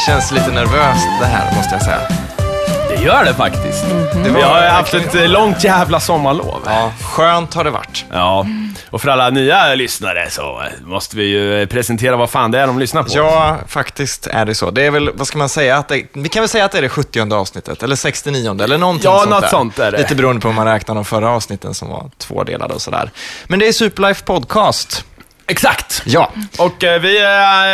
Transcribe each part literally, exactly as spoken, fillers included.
känns lite nervöst det här, måste jag säga. Det gör det faktiskt. Mm-hmm. Det Vi har haft ett långt jävla sommarlov. Ja, skönt har det varit. Ja, och för alla nya lyssnare så måste vi ju presentera vad fan det är de lyssnar på. Ja, faktiskt är det så. Det är väl, vad ska man säga, att det, vi kan väl säga att det är det sjuttionde avsnittet, eller sextionionde, eller någonting ja, sånt något där. sånt är det. Lite beroende på om man räknar de förra avsnitten som var tvådelade och sådär. Men det är Superlife Podcast. Exakt. Ja. Och eh, vi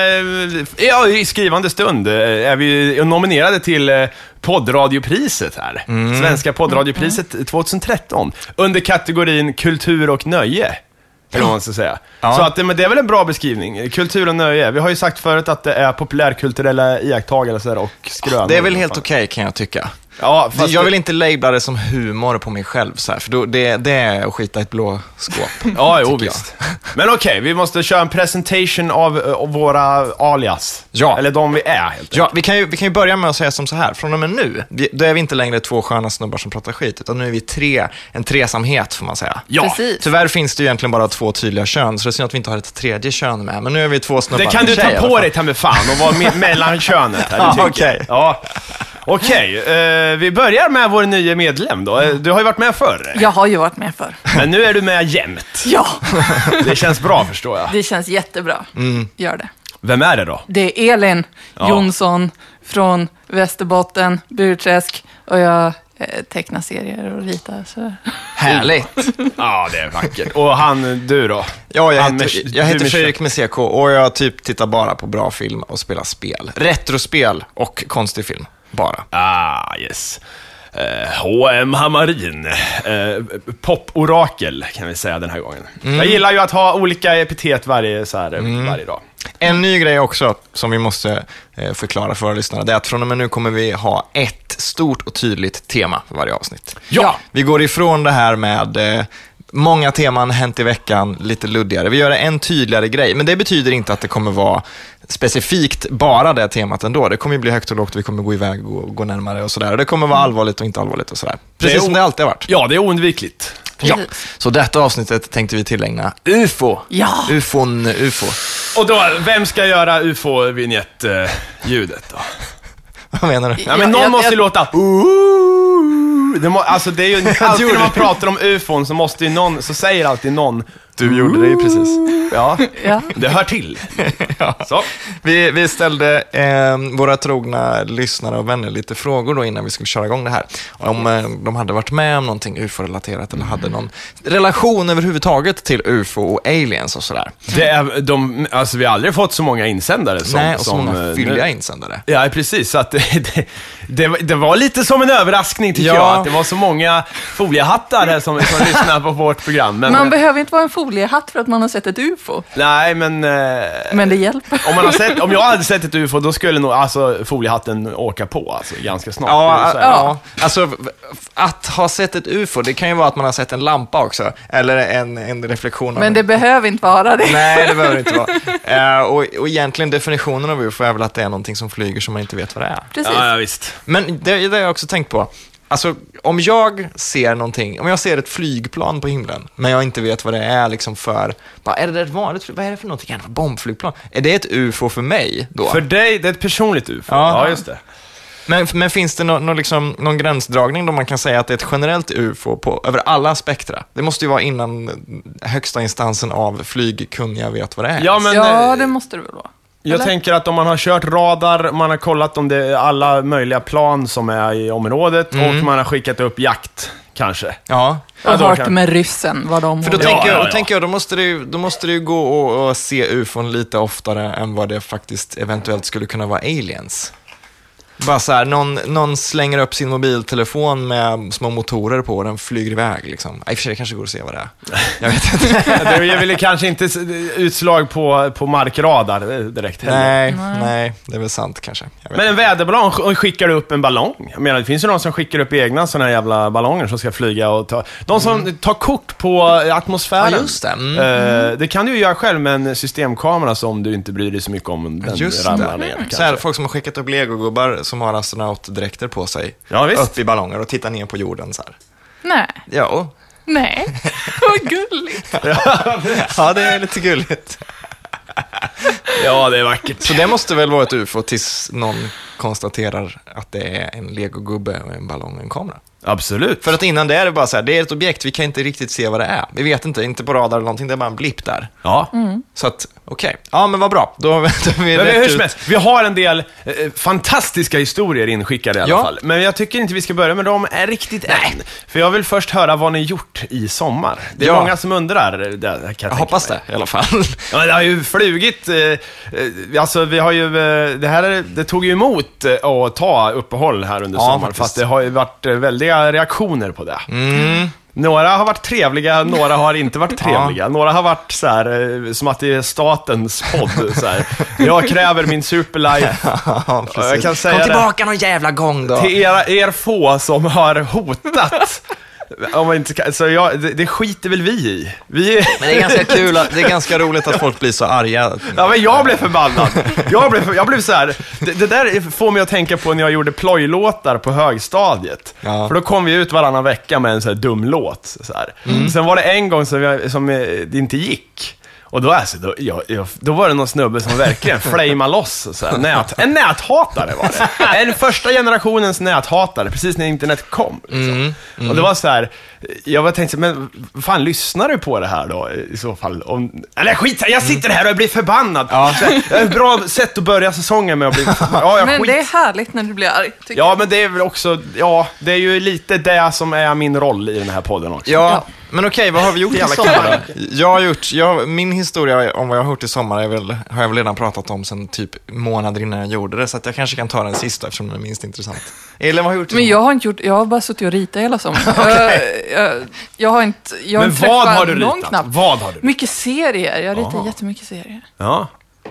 är ja, i skrivande stund eh, är vi nominerade till eh, poddradiopriset här. Mm. Svenska poddradiopriset mm. tjugohundratretton. Under kategorin kultur och nöje. Eller vad man ska säga. Ja. Så att, men det är väl en bra beskrivning. Kultur och nöje. Vi har ju sagt förut att det är populärkulturella iakttagelser och skrönor. Det är väl helt okej, okay, kan jag tycka. Ja, fast jag vill det... inte labla det som humor på mig själv så här, för då, det, det är att skita i ett blå skåp. Ja, jo, visst. Men okej, okay, vi måste köra en presentation av, av våra alias. Ja. Eller de vi är, helt Ja, vi kan, ju, vi kan ju börja med att säga som så här. Från och med nu, vi, då är vi inte längre två sköna snubbar som pratar skit, utan nu är vi tre, en tresamhet får man säga. Ja. Precis. Tyvärr finns det ju egentligen bara två tydliga kön, så det är synd att vi inte har ett tredje kön med. Men nu är vi två snubbar. Det kan du ta på dig, ta med fan, och vara me- mellan könet här. Ja, okej. Okay. Ja. Okej, okay, eh, vi börjar med vår nya medlem då. Du har ju varit med förr. Jag har ju varit med förr. Men nu är du med jämt. Ja. Det känns bra, förstår jag. Det känns jättebra. Mm. Gör det. Vem är det då? Det är Elin ja. Jonsson från Västerbotten, Burträsk. Och jag eh, tecknar serier och ritar. Så. Härligt. Ja, det är vackert. Och han, du då? Ja, jag han, heter, jag heter Fredrik med C K och jag typ tittar bara på bra film och spelar spel. Retrospel och konstig film. Bara. Ah, yes. Uh, H M Hammarin. Uh, Pop-orakel kan vi säga den här gången. Mm. Jag gillar ju att ha olika epitet varje, så här, mm. varje dag. En ny grej också som vi måste eh, förklara för våra lyssnare, det är att från och med nu kommer vi ha ett stort och tydligt tema för varje avsnitt. Ja. Vi går ifrån det här med... Eh, många teman hänt i veckan, lite luddigare. Vi gör en tydligare grej, men det betyder inte att det kommer vara specifikt bara det temat ändå. Det kommer ju bli högt och lågt och vi kommer gå iväg och gå närmare och sådär. Det kommer vara allvarligt och inte allvarligt och sådär. Precis som det alltid har varit. Ja, det är oundvikligt. Ja, så detta avsnittet tänkte vi tillägna U F O. Ja. Ufon, U F O. Och då, vem ska göra U F O-vignett-ljudet då? Vad menar du? Ja, men någon jag, måste ju jag... låta... Det må, alltså det är ju alltid när man pratar om U F O så måste ju någon, så säger alltid någon. Du gjorde det ju precis. Ja, ja. Det hör till. Ja. Så. Vi, vi ställde eh, våra trogna lyssnare och vänner lite frågor då innan vi skulle köra igång det här. Om eh, de hade varit med om någonting U F O-relaterat eller hade någon relation överhuvudtaget till U F O och aliens och sådär. Det är, de, alltså vi har aldrig fått så många insändare som... Nej, och så som, många fylliga nu. insändare. Ja, precis. Så att det, det, det var lite som en överraskning tycker ja. jag. Att det var så många foliehattar här som, som lyssnar på vårt program. Men, man behöver inte vara en foliehatt för att man har sett ett U F O. Nej, men... Eh, men det hjälper. Om, man har sett, om jag hade sett ett U F O, då skulle nog alltså, foliehatten åka på alltså, ganska snart. Ja, ja, alltså att ha sett ett U F O, det kan ju vara att man har sett en lampa också. Eller en, en reflektion av... Men det behöver inte vara det. Nej, det behöver inte vara. uh, och, och egentligen definitionen av U F O är väl att det är någonting som flyger som man inte vet vad det är. Precis. Ja, ja visst. Men det, det har jag också tänkt på. Alltså, om jag ser någonting, om jag ser ett flygplan på himlen, men jag inte vet vad det är liksom för, vad är det ett vanligt, vad är det för någonting? Är det ett bombflygplan? Är det ett U F O för mig då? För dig, det är ett personligt U F O. Ja, ja just det. Men, men finns det no, no, liksom, någon gränsdragning då man kan säga att det är ett generellt U F O på, över alla spektra? Det måste ju vara innan högsta instansen av flygkunniga vet vad det är. Ja, men, ja det måste det väl vara. Jag Eller? tänker att om man har kört radar, man har kollat om det är alla möjliga plan som är i området mm. och man har skickat upp jakt, kanske. Ja. Och ja, hört kan... med ryssen vad de För då, ja, tänker, ja, jag, ja. då tänker jag, då måste det ju, då måste det ju gå och, och se U F O lite oftare än vad det faktiskt eventuellt skulle kunna vara aliens. Bara så här, någon, någon slänger upp sin mobiltelefon med små motorer på och den flyger iväg liksom. I och för sig, det kanske går att se vad det är. Jag vet inte. Det är väl kanske inte utslag på, på markradar direkt heller. Nej, nej, det är väl sant kanske. Men en väderballong skickar upp en ballong. Jag menar, det finns ju någon som skickar upp egna såna här jävla ballonger som ska flyga och ta... De som mm. tar kort på atmosfären. Ja, just det. Mm. Uh, det kan du ju göra själv med en systemkamera som du inte bryr dig så mycket om den just ramlar ner. Mm. Så här, folk som har skickat upp legogubbar som har astronautdräkter på sig. Ja, visst. Upp i ballonger och tittar ner på jorden så här. Nej. Ja. Nej. Vad gulligt. Ja, det är lite gulligt. Ja, det är vackert. Så det måste väl vara ett U F O tills någon konstaterar att det är en legogubbe och en ballong och en kamera. Absolut. För att innan det är det bara så här, det är ett objekt, vi kan inte riktigt se vad det är. Vi vet inte, inte på radar eller någonting, det är bara en blipp där. Ja. Mm. Så att, okej. Okay. Ja, men vad bra. Då har vi, då har vi Men rätt hur ut. som helst, vi har en del eh, fantastiska historier inskickade i alla Ja. fall. Men jag tycker inte vi ska börja med dem är riktigt än. För jag vill först höra vad ni gjort i sommar. Det är Ja. många som undrar. Det, kan jag Jag hoppas mig. det i alla fall. Ja, det har ju flugit, eh, eh, alltså vi har ju, eh, det här det tog ju emot eh, att ta uppehåll här under Ja, sommaren. faktiskt. Fast det har ju varit eh, väldiga reaktioner på det. Mm. Några har varit trevliga, några har inte varit trevliga. Ja. Några har varit så här, eh, som att det är statens podd. Så här. Jag kräver min superlife. Ja, precis. Jag kan säga Kom det. tillbaka någon jävla gång då. Till era, er få som har hotat. Om man inte kan, så jag, det, det skiter väl vi i. Vi Men det är ganska kul, att- det är ganska roligt att folk blir så arga. Ja, men jag blev förbannad. Jag blev, jag blev så här. Det, det där får mig att tänka på när jag gjorde plojlåtar på högstadiet. Ja. För då kom vi ut varannan vecka med en så här dum låt. Så här. Mm. Sen var det en gång som, jag, som eh, det inte gick. Och då, alltså, då, jag, jag, då var det någon snubbe som verkligen flamade loss. Så här, nät, en näthatare var det. En första generationens näthatare, precis när internet kom. Liksom. Mm, mm. Och det var så här, jag var tänkt, men fan, lyssnar du på det här då i så fall? Om, eller skit, jag sitter här och blir förbannad. Ja. Så här, det är ett bra sätt att börja säsongen med att bli ja, jag Men skit. det är härligt när du blir arg, tycker Ja, men det är väl också, ja, det är ju lite det som är min roll i den här podden också. Ja, Ja. men okej, vad har vi gjort i Jävla sommar då? Jag har gjort, jag, min historia om vad jag har gjort i sommar är väl, har jag väl redan pratat om sen typ månader innan jag gjorde det, så att jag kanske kan ta den sista eftersom den är minst intressant. Elin, vad har du gjort i Men sommar? jag har inte gjort, jag har bara suttit och ritat hela sommaren. jag, jag, jag har inte, jag har Men inte vad träffat har du någon ritat? knappt. Vad har du? Mycket serier, jag ritar Aha. jättemycket serier. Ja.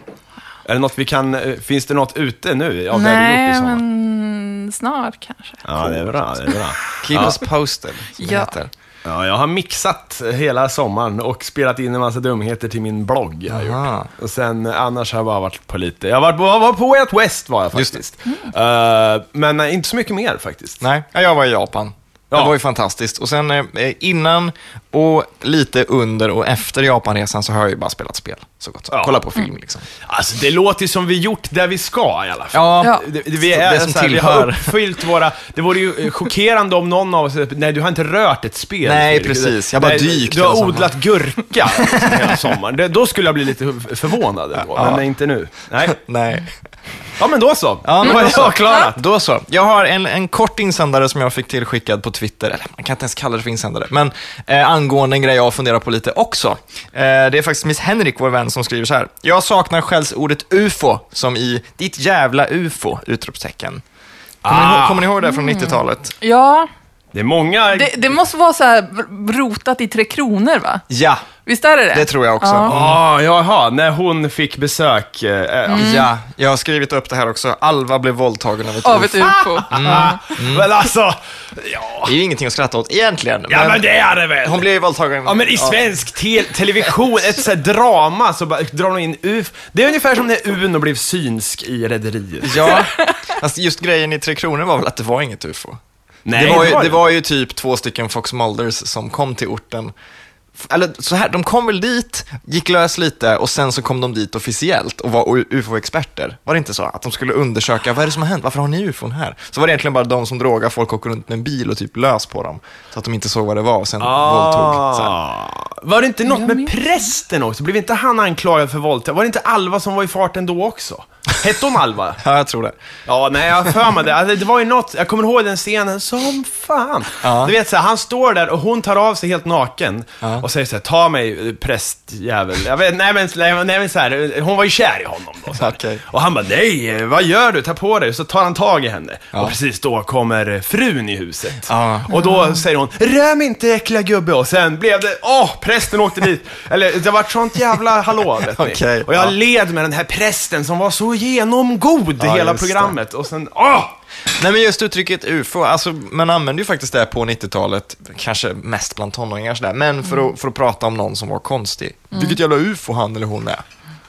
Är det något vi kan, eh, finns det något ute nu av det du gjort i Nej, sommar? men snart kanske. Ja, det är bra, det är bra. Keep us posted, som det Ja. heter. Ja, jag har mixat hela sommaren och spelat in en massa dumheter till min blogg. Jag har gjort. Aha. Och sen eh, annars har jag bara varit på lite... Jag var på, jag var på Way Out West var jag Just faktiskt. Eh, men eh, inte så mycket mer faktiskt. Nej, ja, jag var i Japan. Det Ja. var ju fantastiskt. Och sen eh, innan och lite under och efter Japanresan så har jag ju bara spelat spel. Så gott. Ja. Kolla på film liksom. Alltså det låter ju som vi gjort där vi ska i alla fall. Ja, Ja. Det, det, vi, är, Det som så här, vi har tillhör. uppfyllt våra... Det vore ju eh, chockerande om någon av oss... Nej, du har inte rört ett spel. Nej, Fredrik. precis. Jag har bara Nej, dykt Du hela har sommaren. odlat gurka hela sommaren. Det, då skulle jag bli lite förvånad ändå, Ja. men inte nu. Nej. nej. Ja, men då så. Ja, men då är då så. jag klarat. Då så. Jag har en, en kort insändare som jag fick tillskickad på Twitter, eller man kan inte ens kalla det för insändare, men eh, angående en grej jag funderar på lite också. Eh, det är faktiskt Miss Henrik, vår vän, som skriver så här. Jag saknar skällsordet U F O, som i ditt jävla U F O, utropstecken. Kommer, ni, Ah. ihåg, kommer ni ihåg det från nittiotalet? Ja, Det är många... det, det måste vara så här rotat i Tre Kronor, va? Ja, Visst är det det? det tror jag också. Ja. Ah, jaha, när hon fick besök. Eh, Mm. Ja, jag har skrivit upp det här också. Alva blev våldtagen av ett Av U ett F O. U F O. Men alltså, ja... Det är ju ingenting att skratta åt egentligen. Ja, men det är det väl. Hon blev ju våldtagen. Ja, men i svensk te- television, ett så här drama, så bara drar de in U F O. Det är ungefär som när Uno blev synsk i Rederiet. Ja, alltså just grejen i Tre Kronor var väl att det var inget U F O. Nej, det, var ju, det var ju typ två stycken Fox Mulders som kom till orten. Eller så här, de kom väl dit, gick lös lite och sen så kom de dit officiellt och var U F O-experter. Var det inte så? Att de skulle undersöka, vad är det som har hänt? Varför har ni U F O här? Så var det egentligen bara de som drogar folk åker runt med en bil och typ lös på dem. Så att de inte såg vad det var och sen våldtog. Så här. Ah. Var det inte något Jag med minns. prästen också? Blev inte han anklagad för våldtäkt? Var det inte Alva som var i farten då också? Hette hon Alva? Ja, jag tror det. Ja, nej, jag har för mig det. Alltså, det var ju något, jag kommer ihåg den scenen som fan. Ja. Du vet så här, han står där och hon tar av sig helt naken Ja. och säger så här, ta mig prästjävel. Jag vet, nej men, nej, men- nej, men så här, hon var ju kär i honom då. Så här. Okej. Och han bara, nej, vad gör du? Ta på dig. Så tar han tag i henne. Ja. Och precis då kommer frun i huset. Ja. Och då säger hon, rör mig inte äckliga gubbe. Och sen blev det, åh, prästen åkte dit. Eller det var ett sånt jävla hallå, vet ni. Okej, Och jag ja. led med den här prästen som var så genomgod Ja, hela just det. programmet. Och sen, åh! Nej, men just uttrycket U F O, alltså man använde ju faktiskt det på nittiotalet, kanske mest bland tonåringar sådär, men för, att, för att prata om någon som var konstig. Vilket jävla U F O han eller hon är.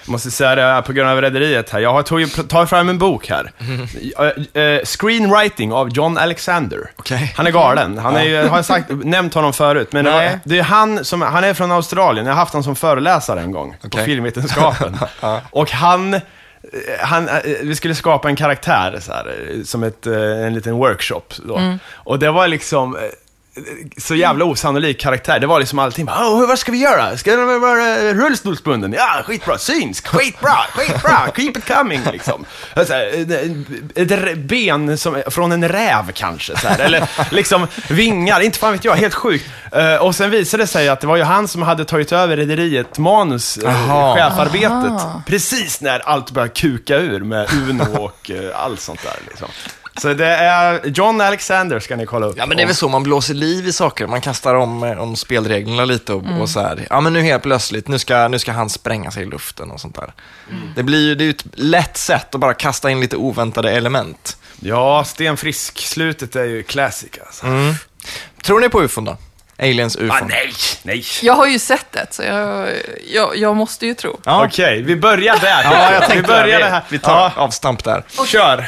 måste säga det på grund av rederiet här. Jag har tagit, tagit fram en bok här. Mm. Uh, uh, Screenwriting av John Alexander. Okay. Han är galen. Han är, jag har sagt, nämnt honom förut. Men det, var, det är han som, han är från Australien. Jag har haft honom som föreläsare en gång. Okay. På filmvetenskapen. Ja. Och han... Han, vi skulle skapa en karaktär så här, som ett, en liten workshop då. Mm. Och det var liksom så jävla osannolik karaktär. Det var liksom allting bara, oh, vad ska vi göra? Ska det vara rullstolsbunden? Ja, skitbra, syns, skitbra, skitbra, keep it coming liksom. Så här, ett ben som, från en räv kanske så här. Eller liksom vingar, inte fan vet jag, helt sjukt. Och sen visade det sig att det var ju han som hade tagit över rederiet manus, Aha. chefarbetet. Aha. Precis när allt började kuka ur med Uno och allt sånt där liksom. Så det är John Alexander ska ni kolla upp. Ja, men det är väl så man blåser liv i saker. Man kastar om, om spelreglerna lite och, mm. och så här. Ja, men nu helt plötsligt, nu ska, nu ska han spränga sig i luften och sånt där. Mm. Det blir ju det är ju ett lätt sätt att bara kasta in lite oväntade element. Ja, Sten Frisk-slutet är ju classic alltså. Mm. Tror ni på U F O då? Aliens U F O? Ah, nej, nej. Jag har ju sett det, så jag, jag, jag måste ju tro. Ja. Okej, okay, vi börjar där. Ja, jag tänkte vi börjar det här. Vi tar ja. avstamp där. Och kör.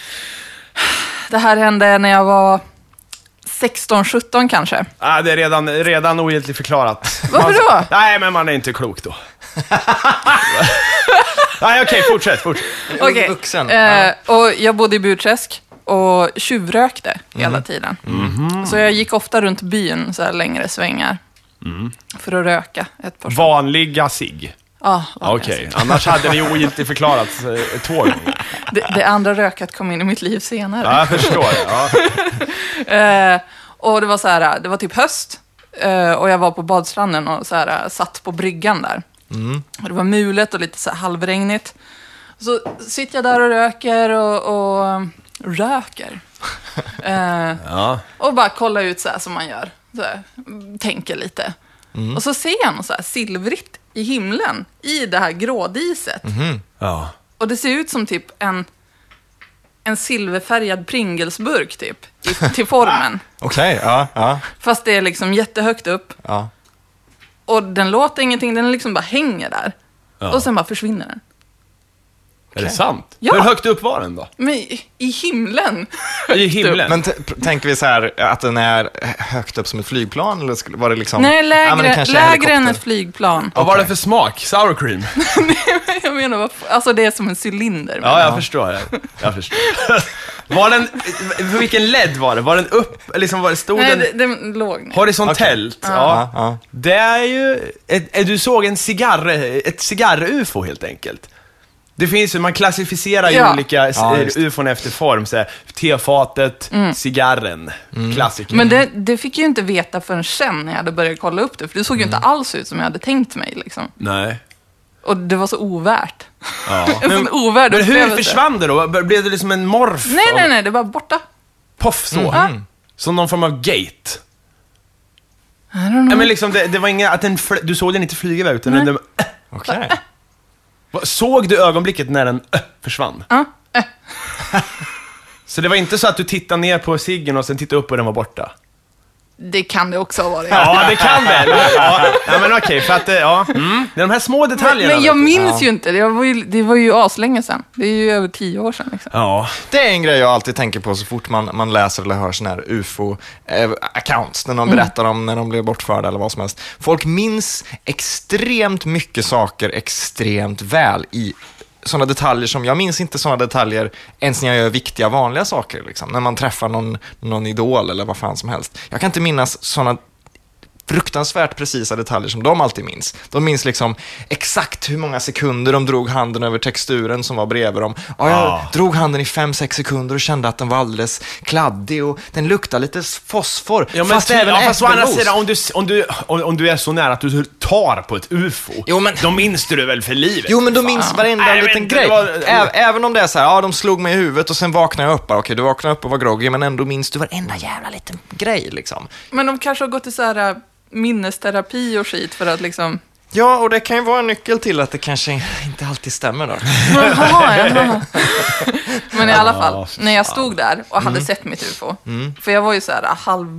Det här hände när jag var sexton sjutton kanske. Ah, det är redan, redan ogiltigt förklarat. Varför då? Nej, men man är inte klok då. Nej, okej, okay, fortsätt, fortsätt. Okej, okay. eh, och jag bodde i Burträsk och tjuvrökte mm. hela tiden. Mm-hmm. Så jag gick ofta runt byn så här längre svängar mm. för att röka ett par. Vanliga cigg? Ja, okej. Okay. Annars hade ni ogiltigt förklarat eh, två gånger. Det, det andra rökat kom in i mitt liv senare. Ja, jag förstår. Ja. eh, och det var så här, det var typ höst eh, och jag var på badstranden och så här, satt på bryggan där. Mm. Och det var mulet och lite så här halvregnigt. Så sitter jag där och röker och, och röker. Eh, ja. Och bara kollar ut så här som man gör. Så här, tänker lite. Mm. Och så ser jag något så här silvrigt i himlen i det här grådiset. Mm. Ja. Och det ser ut som typ en en silverfärgad Pringlesburk typ i, till formen. Okej, okay, ja, ja. Fast det är liksom jättehögt upp. Ja. Och den låter ingenting, den liksom bara hänger där. Ja. Och sen bara försvinner den. Är det sant? Ja. Hur högt upp var den då? Men i himlen. I himlen? Men t- tänker vi så här att den är högt upp som ett flygplan? Eller var det liksom... Nej, lägre, ja, lägre än ett flygplan. Okay. Vad var det för smak? Sour cream? Nej, jag menar, alltså det är som en cylinder. Ja, jag ja. förstår. Jag, jag förstår. Var den, för vilken led var det? Var den upp, liksom var det stod Nej, den... det, den låg ner. Horisontellt, okay. ja. Ja. ja. Det är ju, ett, du såg en cigarr, ett cigarr-U F O helt enkelt. Det finns ju, man klassificerar ju ja. olika ja, U F O efter form, så här, tefatet, mm. cigarren, mm. klassiker. Men det, det fick jag ju inte veta förrän sen när jag hade börjat kolla upp det, för det såg ju mm. inte alls ut som jag hade tänkt mig liksom. Nej. Och det var så ovärt. Ja. en men, sån ovärd men hur försvann det då? Blev det liksom en morf? Nej, nej, nej, det var borta. Poff så? Mm. Mm. Som någon form av gate? I don't know. Ja, men liksom, det, det var inga, att den, du såg den inte flyga iväg, utan den... Äh. Okej. Okay. Såg du ögonblicket när den äh, försvann? Ja. Äh. Så det var inte så att du tittade ner på ciggen och sen tittade upp och den var borta? Det kan det också ha varit. Ja, det kan det. Ja, ja men okej, för att ja, mm, det är de här små detaljerna. Men, men jag minns ja. ju inte, det var ju, det var ju aslänge sedan. Det är ju över tio år sedan liksom. Ja. Det är en grej jag alltid tänker på så fort man, man läser eller hör såna här U F O-accounts, när de berättar mm. om när de blev bortförda eller vad som helst. Folk minns extremt mycket saker extremt väl i sådana detaljer som, jag minns inte sådana detaljer ens när jag gör viktiga vanliga saker liksom. När man träffar någon, någon idol eller vad fan som helst. Jag kan inte minnas sådana fruktansvärt precisa detaljer som de alltid minns. De minns liksom exakt hur många sekunder de drog handen över texturen som var bredvid dem. Ja, jag ah. drog handen i fem sex sekunder och kände att den var alldeles kladdig och den luktade lite fosfor. Ja, fast ty- även ja, fast å andra sidan, om du, om, du, om, om du är så nära att du tar på ett U F O, jo, men, då minns du det väl för livet? Jo, men de minns fan. varenda Nej, liten grej. Var... Ä- även om det är så här, ja, de slog mig i huvudet och sen vaknade jag upp. Okej, okay, du vaknade upp och var groggy, men ändå minns du varenda jävla liten grej liksom. Men de kanske har gått till så här minnesterapi och skit för att liksom... Ja, och det kan ju vara en nyckel till att det kanske inte alltid stämmer då. Jaha, jaha. Men i alla fall, när jag stod där och hade mm. sett mitt U F O, mm. för jag var ju så här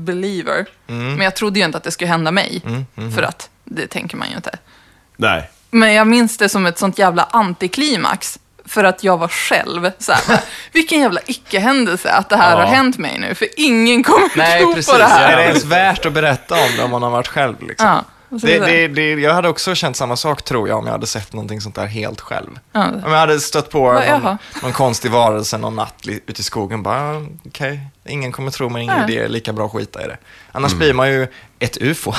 halv-believer, mm. men jag trodde ju inte att det skulle hända mig, mm. Mm. för att det tänker man ju inte. Nej. Men jag minns det som ett sånt jävla antiklimax. För att jag var själv så här, bara, vilken jävla icke-händelse att det här Ja. har hänt mig nu. För ingen kommer Nej, tro precis. på det här. Är det ens värt att berätta om det om man har varit själv? Liksom? Ja, och så Det, vidare. det, det, jag hade också känt samma sak, tror jag, om jag hade sett någonting sånt där helt själv. Ja. Om jag hade stött på Va, någon, jaha. någon konstig varelse någon natt li- ute i skogen. Bara, okej, okay, ingen kommer tro mig, ingen Ja. idé, lika bra att skita i det. Annars blir man ju ett U F O.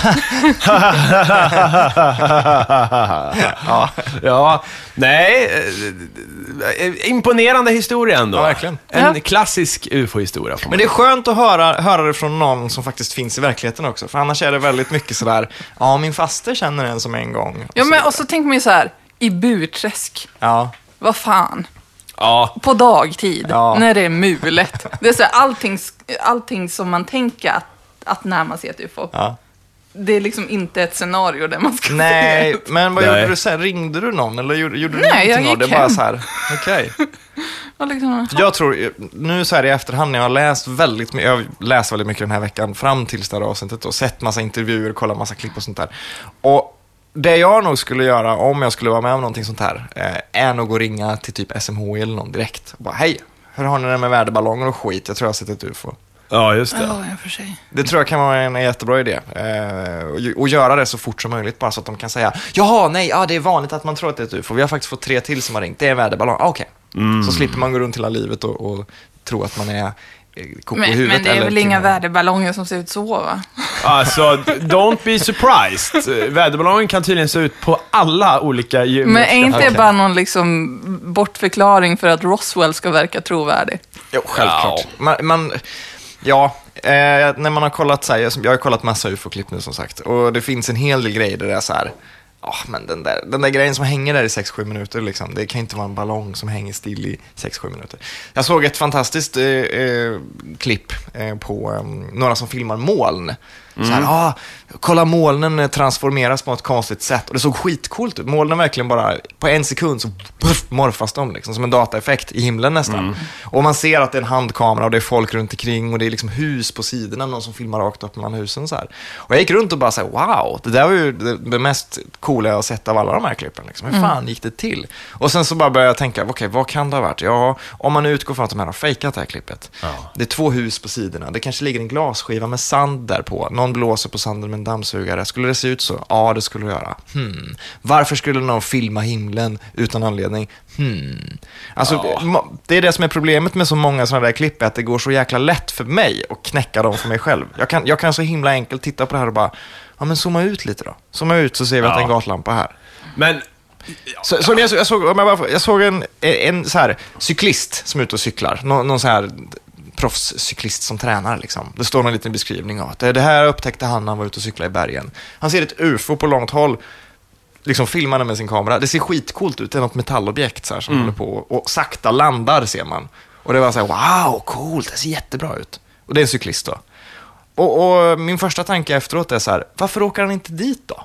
ja. ja, nej, eh, imponerande historia ändå. Ja, verkligen. En Ja. klassisk U F O-historia. får man Men det är skönt att höra, höra det från någon som faktiskt finns i verkligheten också. För annars är det väldigt mycket sådär, ja, min faster känner en som en gång. Och Ja, så men vidare. och så tänker man ju så här, i Burträsk, Ja, vad fan, Ja, på dagtid, Ja. när det är mulet. Det är så här, allting, allting som man tänker att, att när man ser ett U F O, ja. det är liksom inte ett scenario där man ska Nej, se det. men vad Nej. gjorde du sen? Ringde du någon eller gjorde, gjorde du Nej, jag någonting av det? gick Bara hem. så här, okej. Och liksom, Jag tror, nu så här i efterhand, när jag har läst väldigt mycket, jag har läst väldigt mycket den här veckan fram till det här avsnittet och sett massa intervjuer, kollat massa klipp och sånt där. Och det jag nog skulle göra om jag skulle vara med om någonting sånt här eh, är nog att ringa till typ S M H I eller någon direkt och bara, hej, hur har ni det med väderballonger och skit? Jag tror jag har sett ett U F O. ja, just det. ja, i och för sig. Det tror jag kan vara en jättebra idé. Eh, och, och göra det så fort som möjligt, bara så att de kan säga, jaha, nej, ja, det är vanligt att man tror att det är ett U F O. Vi har faktiskt fått tre till som har ringt. Det är en väderballong. Ah, okej. Så slipper man gå runt hela livet och, och tro att man är eh, koko i Men, huvudet. men det är eller väl till inga och med- väderballonger som ser ut så, va? Alltså, don't be surprised. Väderballongen kan tydligen se ut på alla olika Men är geometriska inte det Okej. bara någon liksom bortförklaring för att Roswell ska verka trovärdig? Jo, självklart. Man, man, ja, eh, när man har kollat så här, jag, jag har kollat massa U F O-klipp nu som sagt, och det finns en hel del grejer där det är så här, ja, men den där, den där grejen som hänger där i sex sju minuter, liksom, det kan inte vara en ballong som hänger still i sex sju minuter. Jag såg ett fantastiskt eh, eh, klipp eh, på eh, några som filmar moln. Så här, ah, kolla molnen eh, transformeras på ett konstigt sätt. Och det såg skitcoolt ut. Molnen verkligen bara, på en sekund så puff, morfas de liksom, som en dataeffekt i himlen nästan. Och man ser att det är en handkamera och det är folk runt omkring och det är liksom hus på sidorna, någon som filmar rakt upp mellan husen så här. Och jag gick runt och bara så här, wow, det där var ju det, det mest coola jag har sett av alla de här klippen. Liksom. Hur fan gick det till? Och sen så bara började jag tänka, okej, okay, vad kan det ha varit? Ja, om man utgår från att de här har fejkat det här klippet. Ja. Det är två hus på sidorna. Det kanske ligger en glasskiva med sand där på. Någon blåser på sanden med en dammsugare. Skulle det se ut så? Ja, det skulle det göra. Hmm. Varför skulle någon filma himlen utan anledning? Hmm. Alltså, Ja. det, det är det som är problemet med så många sådana där klipp, är att det går så jäkla lätt för mig att knäcka dem för mig själv. Jag kan, jag kan så himla enkelt titta på det här och bara, ja men zooma ut lite då. Zooma ut så ser vi att det är en Ja. gatlampa här. Men, Så, så jag, såg, jag, såg, om jag, bara, jag såg en, en så här cyklist som är ute och cyklar. Nå, någon så här proffscyklist som tränar. Liksom. Det står en liten beskrivning av att det, det här upptäckte han när han var ute och cyklade i bergen. Han ser ett U F O på långt håll. Liksom filmar det med sin kamera. Det ser skitcoolt ut. Det är något metallobjekt så här, som Mm. håller på och sakta landar, ser man. Och det var så här, wow, coolt. Det ser jättebra ut. Och det är en cyklist då. Och, och min första tanke efteråt är så här, varför åker han inte dit då?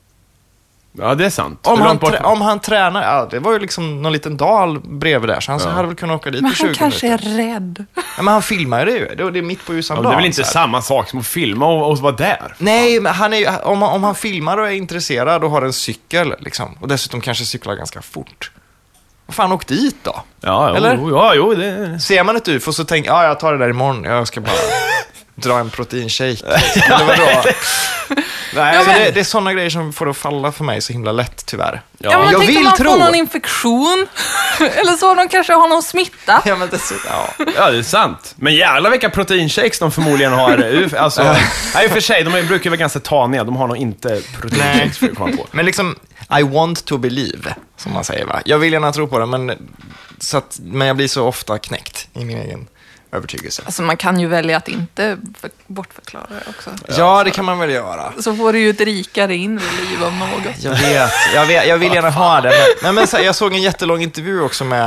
ja, det är sant. Om Hur han, långt bort- trä, om han tränar, ja, det var ju liksom någon liten dal bredvid där, så han Ja. hade väl kunnat åka dit Men på tjugo han kanske minuter. är rädd. Ja, men han filmar det ju, det, det är mitt på ljusan Ja, dag. det är väl inte så här. samma sak som att filma och, och vara där? Nej, men han är, ju- om, han- om han filmar och är intresserad och har en cykel, liksom, och dessutom kanske cyklar ganska fort. Vad fan, åk dit då? Ja, jo, Eller? ja, jo, det... Ser man ett U F O så tänker jag, ja, jag tar det där imorgon, jag ska bara dra en proteinshake. Eller vadå? Nej, alltså, det, det är sådana grejer som får det att falla för mig så himla lätt, tyvärr. Ja, men jag tänk om vill man tro. får någon infektion. Eller så de kanske har någon smitta. Ja, men dessutom, ja. Ja, det är sant. Men jävlar vilka proteinshakes de förmodligen har. Alltså, nej, i och för sig, de brukar vara ganska taniga. De har nog inte proteinshakes för att komma på. Men liksom, I want to believe, som man säger, va? Jag vill gärna tro på det, men, så att, men jag blir så ofta knäckt i min egen övertygelse. Alltså man kan ju välja att inte för, bortförklara det också. Ja, det kan man väl göra. Så får du ju ett rikare inre liv av något. Jag vet, jag, vet, jag vill gärna ha det. Men, men, men så här, jag såg en jättelång intervju också med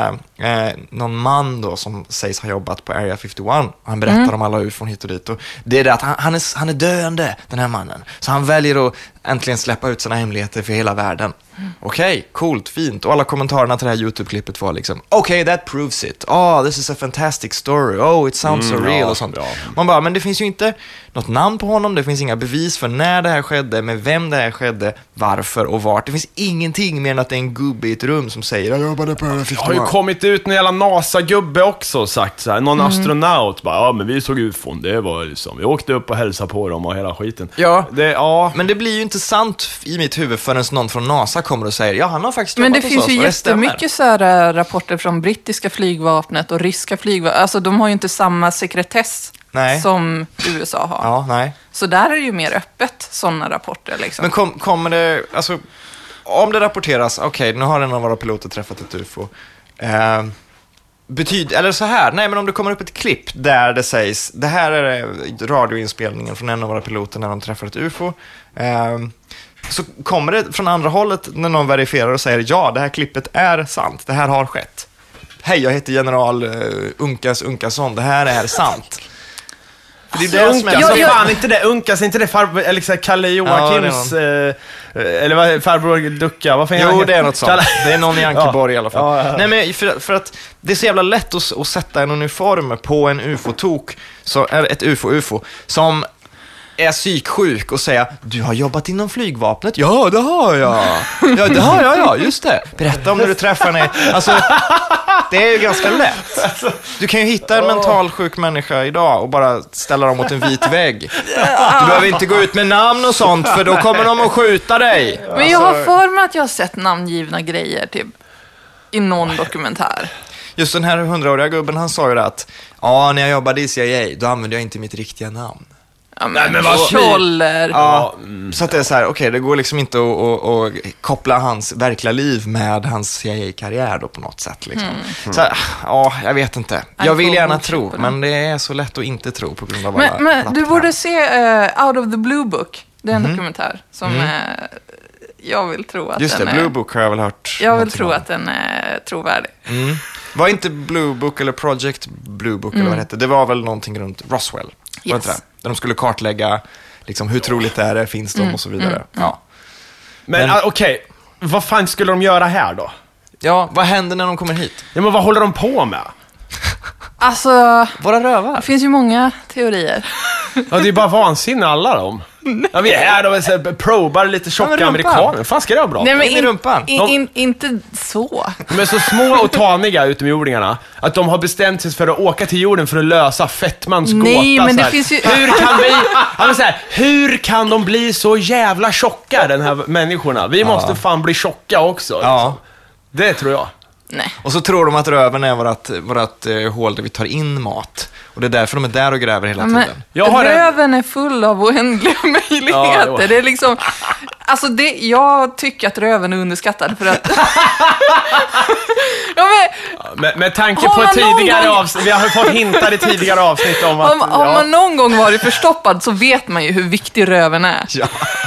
eh, någon man då som sägs ha jobbat på Area femtioett. Han berättar mm. om alla ufon hit och dit. Och det är det att han, han, är, han är döende, den här mannen. Så han väljer att äntligen släppa ut sina hemligheter för hela världen. Mm. Okej, okay, coolt, fint. Och alla kommentarerna till det här YouTube-klippet var liksom okej, okay, that proves it. Oh, this is a fantastic story. Oh, it sounds mm, so real ja, och sånt. Ja. Man bara, men det finns ju inte något namn på honom. Det finns inga bevis för när det här skedde, med vem det här skedde, varför och vart. Det finns ingenting mer än att det är en gubbe i ett rum som säger jag jobbade på Area femtioett. Det har ju kommit ut en jävla NASA-gubbe också och sagt så här, någon mm. astronaut bara, ja men vi såg ufon, det var liksom, vi åkte upp och hälsade på dem och hela skiten. Ja, det, ja. Men det blir ju inte sant i mitt huvud förrän någon från NASA kommer och säger, ja han har faktiskt men jobbat det finns ju jättemycket så här rapporter från brittiska flygvapnet och ryska flygvapnet, alltså de har ju inte samma sekretess nej. Som U S A har. Ja, nej. Så där är det ju mer öppet, sådana rapporter liksom. Men kom, kommer det, alltså om det rapporteras, okej, okay, nu har en av våra piloter träffat ett U F O. Eh, betyder, eller så här, nej men om det kommer upp ett klipp där det sägs, det här är radioinspelningen från en av våra piloter när de träffar ett U F O. Eh, så kommer det från andra hållet när någon verifierar och säger ja, det här klippet är sant, det här har skett. Hej, jag heter general uh, Unkas Unkasson, det här är sant. För det är det som är... Alltså, jag, fan, inte det, Unkas, inte det farbror, eller så Kalle Joakims, ja, eh, eller vad, farbror Ducka, vad fan jo, jag det är något sånt. Kalle... Det är någon i Ankeborg ja. i alla fall. Ja, ja. Nej, men för, för att det är så jävla lätt att, att sätta en uniform på en U F O-tok, så är ett U F O-U F O, som är psyksjuk och säga, du har jobbat inom flygvapnet? Ja, det har jag. Ja, det har jag, ja, just det. Berätta om när du träffar henne. Alltså, det är ju ganska lätt. Du kan ju hitta en mental sjuk människa idag och bara ställa dem mot en vit vägg. Du behöver inte gå ut med namn och sånt, för då kommer de att skjuta dig. Men jag har för mig att jag har sett namngivna grejer typ i någon dokumentär. Just den här hundraåriga gubben, han sa ju det att ja, när jag jobbade i C I A, då använde jag inte mitt riktiga namn. Ja, men, Nej, men vad troller. Ja, mm. Så att det är så här, okej, okay, det går liksom inte att, att, att koppla hans verkliga liv med hans C I A-karriär då på något sätt liksom. Mm. Så här, ja, jag vet inte. Jag vill gärna tro, men det är så lätt att inte tro på grund av men, alla Men du borde se uh, Out of the Blue Book. Det är en mm. dokumentär som mm. uh, jag vill tro att Just den det, är... Blue Book har jag väl hört. Jag vill tro om. Att den är trovärdig. Mm. Var inte Blue Book eller Project Blue Book mm. eller vad det hette? Det var väl någonting runt Roswell. Yes. Var inte det? Där de skulle kartlägga liksom, hur troligt det är, finns de mm. och så vidare. Mm. Ja. Men, men okej, okay. Vad fan skulle de göra här då? Ja, vad händer när de kommer hit? Ja, men vad håller de på med? Alltså, våra rövar. Det finns ju många teorier. Ja, det är bara vansinne alla dem. Ja, vi är här och så probar lite tjocka amerikaner. Vad fan ska det vara bra? Nej, men in, in i rumpan. In, in, inte så. De är så små och taniga utomjordingarna att de har bestämt sig för att åka till jorden för att lösa fettmans gåta. Nej, men det finns ju... Hur kan vi... Ja, så här, hur kan de bli så jävla tjocka, den här människorna? Vi måste ja. fan bli tjocka också. Ja. Liksom. Det tror jag. Nej. Och så tror de att röven är vårat, vårat eh, hål där vi tar in mat. Och det är därför de är där och gräver hela ja, tiden. Jag har röven en... är full av oändliga möjligheter. Ja, det är liksom... Alltså, det, jag tycker att röven är underskattad för att... ja, men... Ja, med, med tanke på tidigare gång... avsnitt... Vi har fått hintar i tidigare avsnitt om att... Om, ja. om man någon gång varit förstoppad så vet man ju hur viktig röven är. Ja.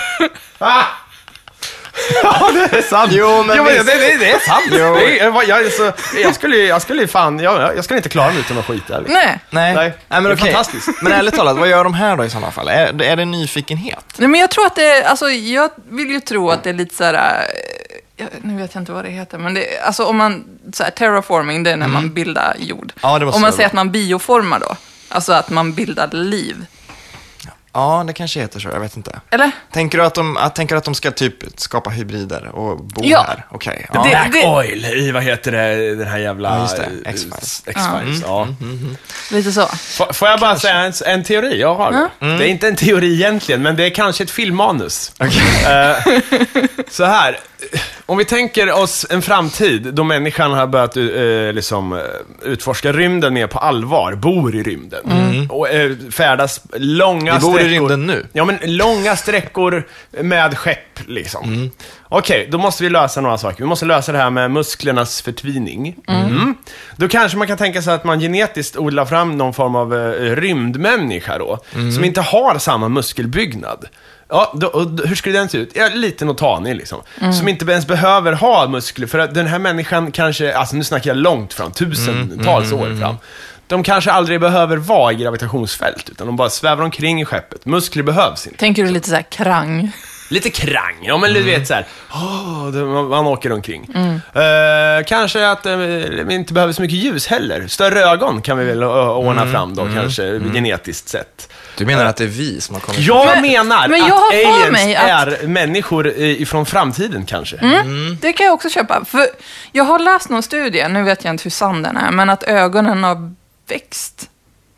Ja, det är sant. Jo, men, jo, men det, det, det är sant. Jo. Det är, jag, så, jag skulle jag skulle fan jag, jag skulle inte klara mig utan att skita. Nej. Nej. Nej. Nej, men det är okej. Fantastiskt. Men ärligt talat, vad gör de här då i sådana fall? Är, är det nyfikenhet? Nej, men jag tror att det är, alltså jag vill ju tro att det är lite så här, jag, nu vet jag inte vad det heter, men det, alltså om man så här, terraforming, det är när mm. man bildar jord. Ja, det om man säger att man bioformar då, alltså att man bildar liv. Ja, det kanske heter så, jag vet inte. Eller? Tänker du att de, att, tänker att de ska typ skapa hybrider och bo ja. här? Okej. Okay, ja. Black det, Oil i, vad heter det, den här jävla... Ja, just det. X-Files. X-Files, ja. Mm, mm, mm. Lite så. F- får jag bara kanske. säga en, en teori jag har? Mm. Mm. Det är inte en teori egentligen, men det är kanske ett filmmanus. Okay. uh, så här, om vi tänker oss en framtid då människan har börjat uh, liksom, utforska rymden mer på allvar, bor i rymden mm. och uh, färdas långa vi bor sträckor. i rymden nu? Ja, men långa sträckor med skepp, liksom. Mm. Okej, okay, då måste vi lösa några saker. Vi måste lösa det här med musklernas förtvining. Mm. Mm. Då kanske man kan tänka sig att man genetiskt odlar fram någon form av uh, rymdmänniska då, mm. som inte har samma muskelbyggnad. Ja, då, och, hur skulle den se ut? Ja, liten och tanig liksom. Mm. Som inte ens behöver ha muskler. För att den här människan kanske, alltså nu snackar jag långt fram, tusentals mm. år fram. De kanske aldrig behöver vara i gravitationsfält, utan de bara svävar omkring i skeppet. Muskler behövs inte. Tänker du lite så här krang? Lite krang, ja men mm. du vet så här, oh, man, man åker omkring. Mm. Uh, kanske att uh, vi inte behöver så mycket ljus heller. Större ögon kan vi väl uh, ordna mm. fram då, mm. kanske mm. genetiskt sett. Du menar uh, att det är vi som har kommit? Jag men, menar men jag att aliens mig är att... människor ifrån framtiden kanske. Mm. Mm. Det kan jag också köpa. För jag har läst någon studie, nu vet jag inte hur sann den är, men att ögonen har växt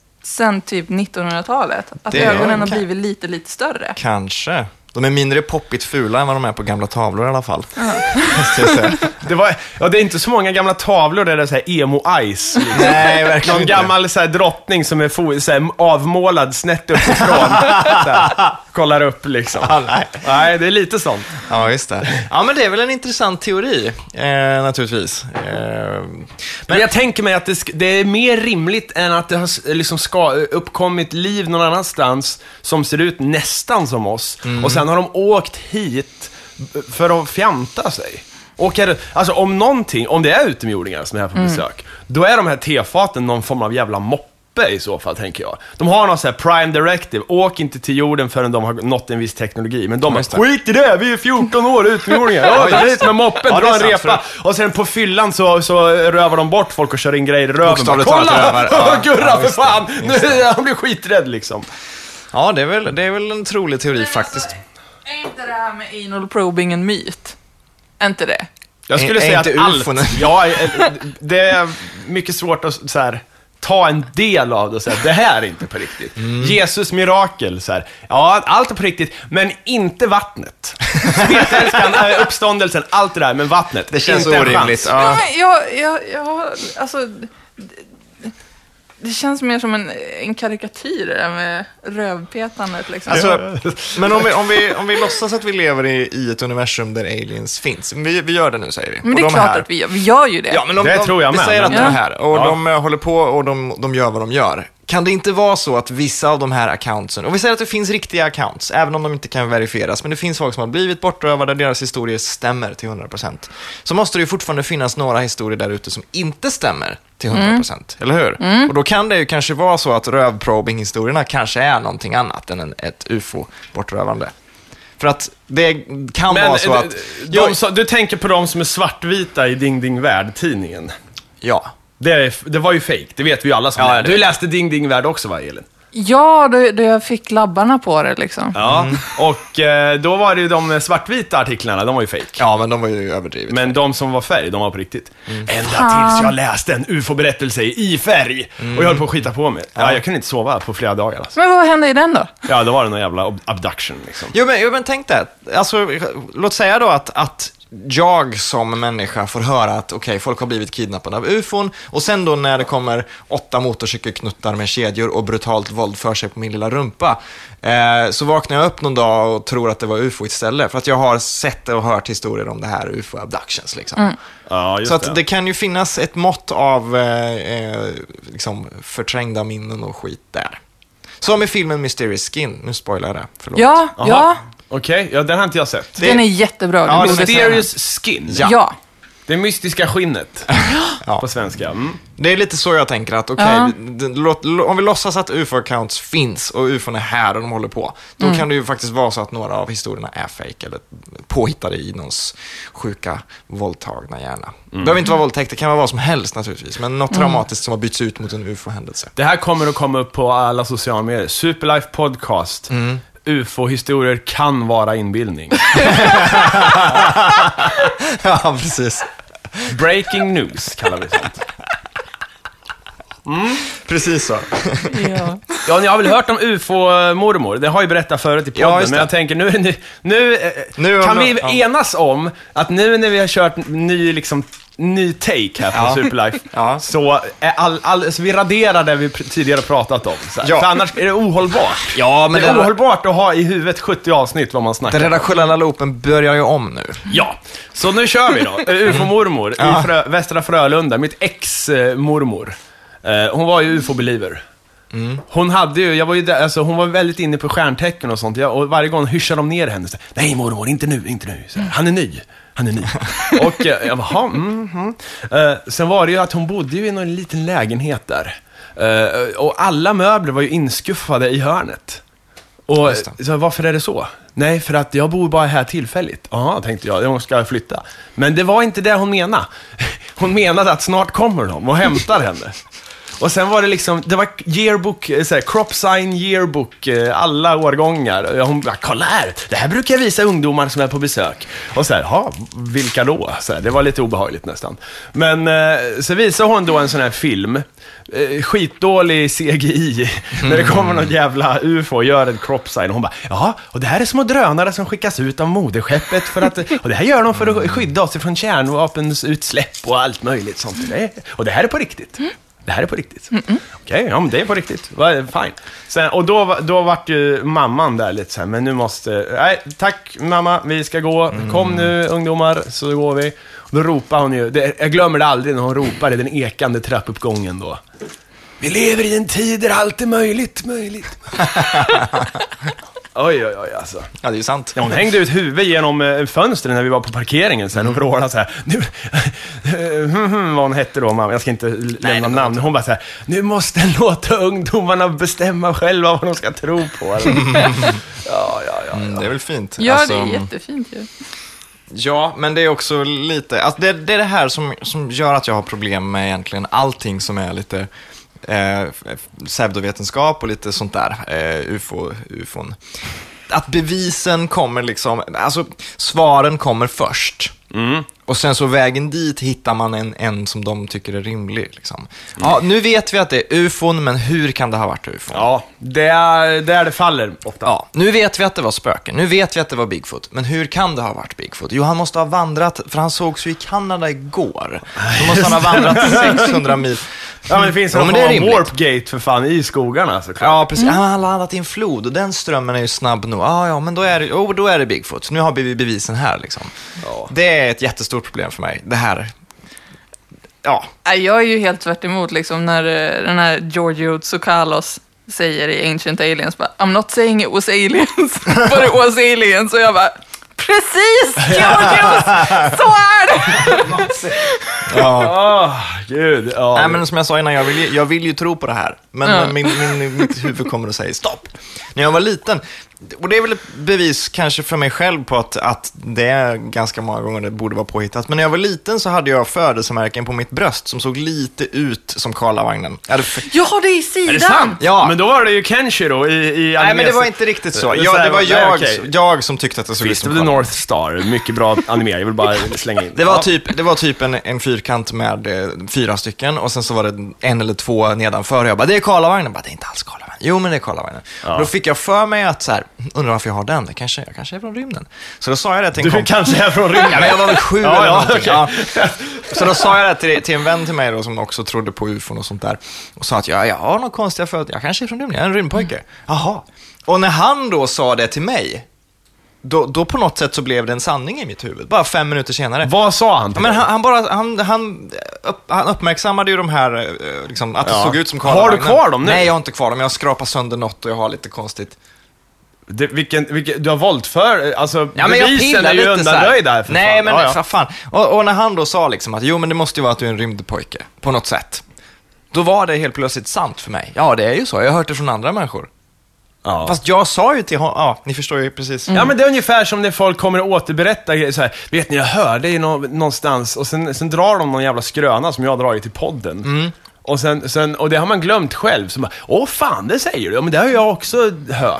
sen typ nittonhundratalet. Att det, ögonen har blivit lite, lite större. Kanske. De är mindre poppigt fula än vad de är på gamla tavlor i alla fall. Uh-huh. det, var, ja, det är inte så många gamla tavlor där det är så här emo-eyes. Liksom. Nej, verkligen någon inte. Gammal så här, drottning som är fo- så här, avmålad snett uppifrån. så här, kollar upp liksom. Ah, nej. nej, det är lite sånt. Ja, just det. Ja, men det är väl en intressant teori, eh, naturligtvis. Eh, men... men jag tänker mig att det, sk- det är mer rimligt än att det har liksom ska, uppkommit liv någon annanstans som ser ut nästan som oss. Mm. Och sen har de åkt hit för att fjanta sig. Och är, alltså om någonting, om det är utomjordingar som är här på besök, mm. då är de här tefaten någon form av jävla moppe i så fall, tänker jag. De har någon sån här prime directive, åk inte till jorden förrän de har nått en viss teknologi. Men de är, skit i det, vi är fjorton år utomjordingar. Ja, det är hit med moppen, ja, dra en repa. Och sen på fyllan så, så rövar de bort folk och kör in grejer i röven. Bara, kolla, ja, Gurra ja, för fan, nu, han blir skiträdd liksom. Ja, det är väl, det är väl en trolig teori faktiskt. Är inte det här med anal probing en myt? Är inte det? Jag skulle är, säga är att allt... Ja, det är mycket svårt att så här, ta en del av det och säga det här är inte på riktigt. Mm. Jesus mirakel, så här. Ja, allt är på riktigt, men inte vattnet. Spetälskan, uppståndelsen, allt det där, men vattnet. Det känns inte orimligt. Ja. Ja, jag, jag, alltså... Det känns mer som en, en karikatyr där med rövpetandet liksom. Alltså, men om vi, om, vi, om vi låtsas att vi lever i, i ett universum där aliens finns. Vi, vi gör det nu, säger vi. Men det är de klart här, att vi gör, vi gör ju det. Ja, men de, det de, tror jag vi med. säger att ja. de är här och ja. de håller på och de, de gör vad de gör. Kan det inte vara så att vissa av de här accountsen, och vi säger att det finns riktiga accounts, även om de inte kan verifieras, men det finns folk som har blivit bortrövade, deras historier stämmer till hundra procent. Så måste det ju fortfarande finnas några historier där ute som inte stämmer till hundra procent, mm. eller hur? Mm. Och då kan det ju kanske vara så att rövprobing-historierna kanske är någonting annat än en, ett U F O-bortrövande. För att det kan men, vara så att... De, jag, så, du tänker på de som är svartvita i Ding Ding Värld-tidningen? Ja. Det, det var ju fake, det vet vi ju alla som ja, Du läste Ding Ding Värld också, va, Elin? Ja, då, då jag fick labbarna på det liksom. Ja, mm. och eh, då var det ju de svartvita artiklarna, de var ju fake. Ja, men de var ju överdrivet. Men de som var färg, de var på riktigt. Mm. Ända tills jag läste en U F O-berättelse i färg. Mm. Och jag höll på att skita på mig. Ja, ja, jag kunde inte sova på flera dagar. Alltså. Men vad hände i den då? Ja, då var det någon jävla abduction liksom. Jo, men, jo, men tänk det. Alltså, låt säga då att... att jag som människa får höra att okej, okay, folk har blivit kidnappade av U F O-n och sen då när det kommer åtta motorcykelknuttar med kedjor och brutalt våld för sig på min lilla rumpa eh, så vaknar jag upp någon dag och tror att det var U F O istället för att jag har sett och hört historier om det här U F O-abductions liksom. Mm. Ja, just så att det. det kan ju finnas ett mått av eh, liksom förträngda minnen och skit där. Som i filmen Mysterious Skin, nu spoilar jag det, förlåt. Ja, Aha. ja. Okej, okay, ja, den har inte jag sett. Den är jättebra. Ja, Mysterious Skin. Ja. ja. Det mystiska skinnet. Ja. På svenska. Mm. Det är lite så jag tänker att okej, okay, ja. om vi låtsas att U F O-accounts finns och U F O är här och de håller på, då mm. kan det ju faktiskt vara så att några av historierna är fake eller påhittade i någons sjuka våldtagna hjärna. Mm. Det behöver inte vara våldtäkt, det kan vara vad som helst naturligtvis, men något mm. traumatiskt som har bytts ut mot en U F O-händelse. Det här kommer att komma upp på alla sociala medier. Superlife Podcast. Mm. U F O-historier kan vara inbildning. Ja, precis. Breaking news kallar vi sånt. Mm. Precis så. Ja. Ja, ni har väl hört om U F O-mormor? Det har jag berättat förut i podden, Ja, just det. men jag tänker nu, nu, nu, eh, Nu kan har- vi ja. enas om att nu när vi har kört ny, liksom, ny take här på Ja. Superlife, Ja. så är all, all, så vi raderar det vi pr- tidigare pratat om. Så här. Ja. För annars är det ohållbart. Ja, men det är det- ohållbart att ha i huvudet sjuttio avsnitt vad man snackar. Den redaktionella loopen börjar ju om nu. Ja, så nu kör vi då. U F O-mormor Ja. i Frö, Västra Frölunda, mitt ex-mormor. Eh, hon var ju U F O-believer. Hon hade ju, jag var ju där, alltså hon var väldigt inne på stjärntecken och sånt. Jag, och varje gång hyschade de ner henne. Så, nej mormor, inte nu, inte nu. Så, han är ny, han är ny. och eh, jag bara, mm, mm. Eh, sen var det ju att hon bodde ju i någon liten lägenhet där. Eh, och alla möbler var ju inskuffade i hörnet. Och Just det. så, varför är det så? Nej, för att jag bor bara här tillfälligt. Ja, tänkte jag, jag ska flytta. Men det var inte det hon menade. Hon menade att snart kommer de och hämtar henne. Och sen var det liksom, det var yearbook, så här, crop sign yearbook, eh, alla årgångar. Och hon bara, kolla här, det här brukar jag visa ungdomar som är på besök. Och så här, ja, vilka då? Så här, det var lite obehagligt nästan. Men eh, så visade hon då en sån här film, eh, skitdålig C G I, när det kommer någon jävla U F O och gör en crop sign. Och hon bara, ja, och det här är små drönare som skickas ut av moderskeppet för att, och det här gör de för att skydda oss från kärnvapens utsläpp och allt möjligt sånt. Och det här är på riktigt. Det här är på riktigt. Okej, okay, ja men det är på riktigt. Fine. Sen, och då, då vart ju mamman där lite så här, men nu måste... Nej, tack mamma, vi ska gå. Mm. Kom nu ungdomar, så går vi. Och då ropar hon ju, det, jag glömmer det aldrig när hon ropar i den ekande trappuppgången då. Vi lever i en tid där allt är möjligt, möjligt. Oj, oj, oj, alltså. Ja, det är ju sant. Ja, hon hängde ut huvudet genom eh, fönstren när vi var på parkeringen sen och vrålade så här. Nu, vad hon hette då, mamma. Jag ska inte lämna namn. Hon bara så här, nu måste jag låta ungdomarna bestämma själva vad de ska tro på. Eller? Ja, ja, ja, ja. Mm, det är väl fint. Ja, Alltså, det är jättefint ju. Ja, men det är också lite... Alltså det, det är det här som, som gör att jag har problem med egentligen allting som är lite eh, pseudovetenskap och lite sånt där, eh, U F O, U F O-n. Att bevisen kommer liksom... Alltså, svaren kommer först. Mm. Och sen så vägen dit hittar man en, en som de tycker är rimlig. Liksom. Ja, nu vet vi att det är U F O, men hur kan det ha varit U F O? Ja, det är där det faller ofta. Ja, nu vet vi att det var spöken. Nu vet vi att det var Bigfoot. Men hur kan det ha varit Bigfoot? Jo, han måste ha vandrat, för han sågs ju i Kanada igår. Då måste han ha vandrat sexhundra mil. Ja, men det finns Ja, en men det är rimligt. warpgate för fan i skogarna såklart. Ja, precis. Han har landat i en flod och den strömmen är ju snabb nog. Ja, ja, men då är det, oh, då är det Bigfoot. Nu har vi bevisen här liksom. Ja. Det är ett jättestort problem för mig. Det här... Ja. Nej, jag är ju helt tvärt emot liksom när eh, den här Giorgio Tsoukalos säger i Ancient Aliens bara, I'm not saying it was aliens, but it was aliens. Och jag bara, precis Giorgio, så är det! Ja. Åh, gud. Ja. Nej, men som jag sa innan, jag vill, ju- jag vill ju tro på det här. Men Ja. min, min, mitt huvud kommer att säga stopp. När jag var liten, och det är väl ett bevis kanske för mig själv på att, att det är ganska många gånger det borde vara påhittat. Men när jag var liten så hade jag födelsemärken på mitt bröst som såg lite ut som Karlavagnen. Jag hade f- Jag har det i sidan! Är det sant? Ja. Men då var det ju Kenshiro i, i Nej, men det animes- var inte riktigt så. Så Ja, det här, var nej, jag, okej. jag som tyckte att det såg ut Fist som of the Karlavagnen. North Star, mycket bra animering, jag vill bara slänga in. Det var Ja. typ, det var typ en, en fyrkant med eh, fyra stycken och sen så var det en eller två nedanför och jag bara, det är Karlavagnen. Bara, det är inte alls Karlavagnen. Jo, men det är Karlavagnen. Ja. Och då fick jag för mig att så här, undrar varför jag har den. Det kanske, jag kanske är från rymden. Så då sa jag det till en Du kompis. kanske är från rymden. Ja, men jag var väl sju Ja, eller ja, någonting. okej. Ja. Så då sa jag det till, till en vän till mig då, som också trodde på U F O och sånt där. Och sa att ja, jag har något konstiga för att jag kanske är från rymden. Jag är en rymdpojke. Jaha. Och när han då sa det till mig, då, då på något sätt så blev det en sanning i mitt huvud. Bara fem minuter senare. Vad sa han Ja, till men dig? han, han, bara, han, han, upp, han uppmärksammade ju de här, eh, liksom, att det Ja. såg ut som Har Karlavagnen. du kvar dem nu? Nej, jag har inte kvar dem. Jag har skrapat sönder något och jag har lite konstigt. Det, vilken, vilken, du har vålt för, alltså Ja, men jag bevisen pillar är ju lite så här. undanröjda här för Nej, fan. men Ja, ja. för fan. Och, och när han då sa liksom att jo, men det måste ju vara att du är en rymdpojke på något sätt. Då var det helt plötsligt sant för mig. Ja, det är ju så. Jag har hört det från andra människor. Ja. Fast jag sa ju till honom, ja, ni förstår ju precis. Ja, men det är ungefär som när folk kommer att återberätta grejer så här, vet ni, jag hörde ju nå- någonstans och sen, sen drar de någon jävla skröna som jag har dragit till podden. Mm. Och, sen, sen, och det har man glömt själv. Så bara, åh fan, det säger du. Ja, men det har jag också hört.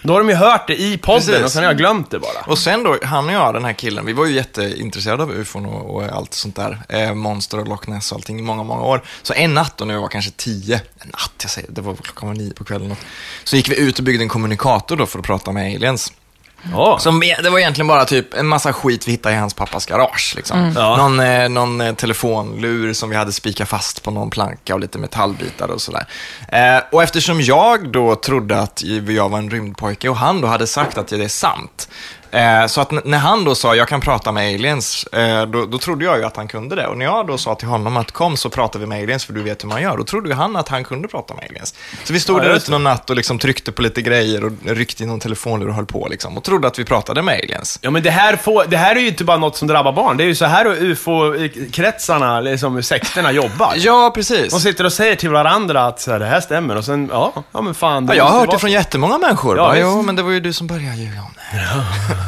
Då har de ju hört det i podden. Precis. Och sen har jag glömt det bara. Och sen då, han och jag, den här killen, vi var ju jätteintresserade av U F O och, och allt sånt där. Eh, Monster och Loch Ness och allting i många, många år. Så en natt, och nu var kanske tio, en natt, jag säger, det var klockan var nio på kvällen. Något. Så gick vi ut och byggde en kommunikator då för att prata med aliens. Ja. Som, det var egentligen bara typ en massa skit vi hittade i hans pappas garage. Liksom. Mm. Ja. Någon, eh, någon eh, telefonlur som vi hade spikat fast på någon planka och lite metallbitar och sådär. Eh, och eftersom jag då trodde att jag var en rymdpojke och han då hade sagt att det är sant. Eh, så att n- när han då sa jag kan prata med aliens, eh, då, då trodde jag ju att han kunde det. Och när jag då sa till honom att kom så pratar vi med aliens för du vet hur man gör, då trodde ju han att han kunde prata med aliens. Så vi stod Ja, där just ute någon natt och liksom tryckte på lite grejer och ryckte i någon telefonlur och höll på liksom, och trodde att vi pratade med aliens. Ja, men det här, får, det här är ju inte bara något som drabbar barn. Det är ju så här U F O-kretsarna, liksom sekterna jobbar. Ja, precis. De sitter och säger till varandra att så här, det här stämmer. Och sen, ja, ja men fan. Ja, jag har hört det från jättemånga människor. Ja, Ja, visst. jo, men det var ju du som började ljuga om det. Ja.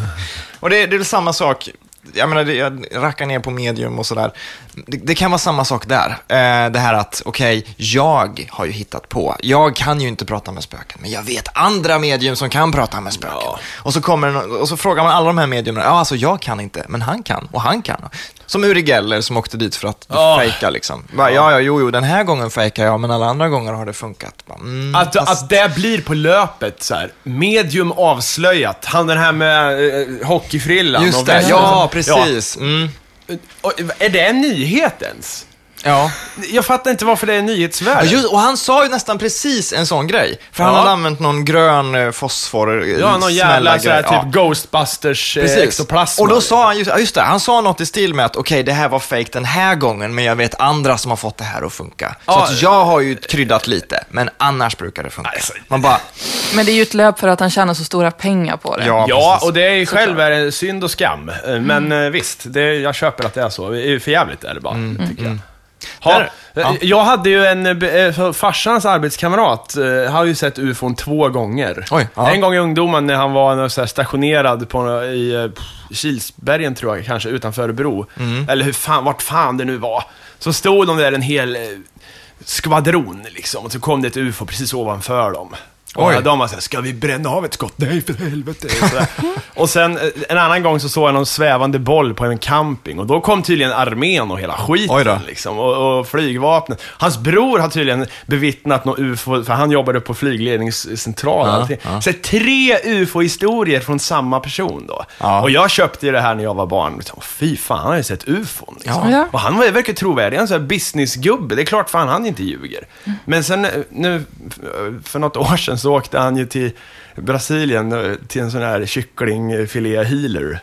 Och det, det är väl samma sak. Jag menar, det, jag rackar ner på medium och sådär. Det, det kan vara samma sak där. Eh, det här att, okej, okay, jag har ju hittat på. Jag kan ju inte prata med spöken, men jag vet andra medium som kan prata med spöken. Ja. Och så kommer en, och så frågar man alla de här mediumen. Ja, alltså jag kan inte, men han kan. Och han kan. Som Uri Geller som åkte dit för att Ja. fejka liksom. Bara, ja, ja, jo, jo, den här gången fejkar jag, men alla andra gånger har det funkat. Bara, mm, Att, fast- att det blir på löpet så här. Medium avslöjat. Han den här med eh, hockeyfrillan. Just och det, västen. ja, precis. Mm. Ja. Och, är det en nyhet ens? Ja. Jag fattar inte varför det är nyhetsvärde. Ja, just, och han sa ju nästan precis en sån grej. För han Ja. hade använt någon grön eh, fosfor. eh, Ja, någon jävla smälla så här, grej. Ja. typ Ghostbusters eh, exoplasma. Och då sa han just, ja, just det, han sa något i stil med att okej, det här var fake den här gången, men jag vet andra som har fått det här att funka. Så Ja. att jag har ju kryddat lite, men annars brukar det funka. Alltså, Man bara, Men det är ju ett löp för att han tjänar så stora pengar på det. ja, Ja, precis. och det är ju själv är det synd och skam. Eh, Men eh, visst, det, jag köper att det är så. Det är för jävligt är det bara, tycker jag. Ha, Där- ja. Jag hade ju en, eh, farsans arbetskamrat eh, har ju sett U F O två gånger. Oj, ja. En gång i ungdomen när han var så här stationerad på, i eh, Kilsbergen tror jag, kanske utanför Örebro. Eller hur fan, vart fan det nu var. Så stod de där en hel eh, skvadron liksom, och så kom det ett U F O precis ovanför dem. Och Oj. de var såhär, ska vi bränna av ett skott? Nej, för helvete. Och, så och sen eh, en annan gång så såg jag någon svävande boll på en camping. Och då kom tydligen armén och hela skiten. Oj då. Liksom, och, och flygvapnet. Hans bror har tydligen bevittnat något U F O, för han jobbade på flygledningscentralen. Ja, ja. Så tre U F O-historier från samma person då. Ja. Och jag köpte ju det här när jag var barn. Och fy fan, han har ju sett U F O. Liksom. Ja. Och han var ju verkligen trovärdig, en sån här businessgubbe. Det är klart fan han inte ljuger. Men sen nu, för något år sedan så åkte han ju till Brasilien till en sån här kycklingfilé healer.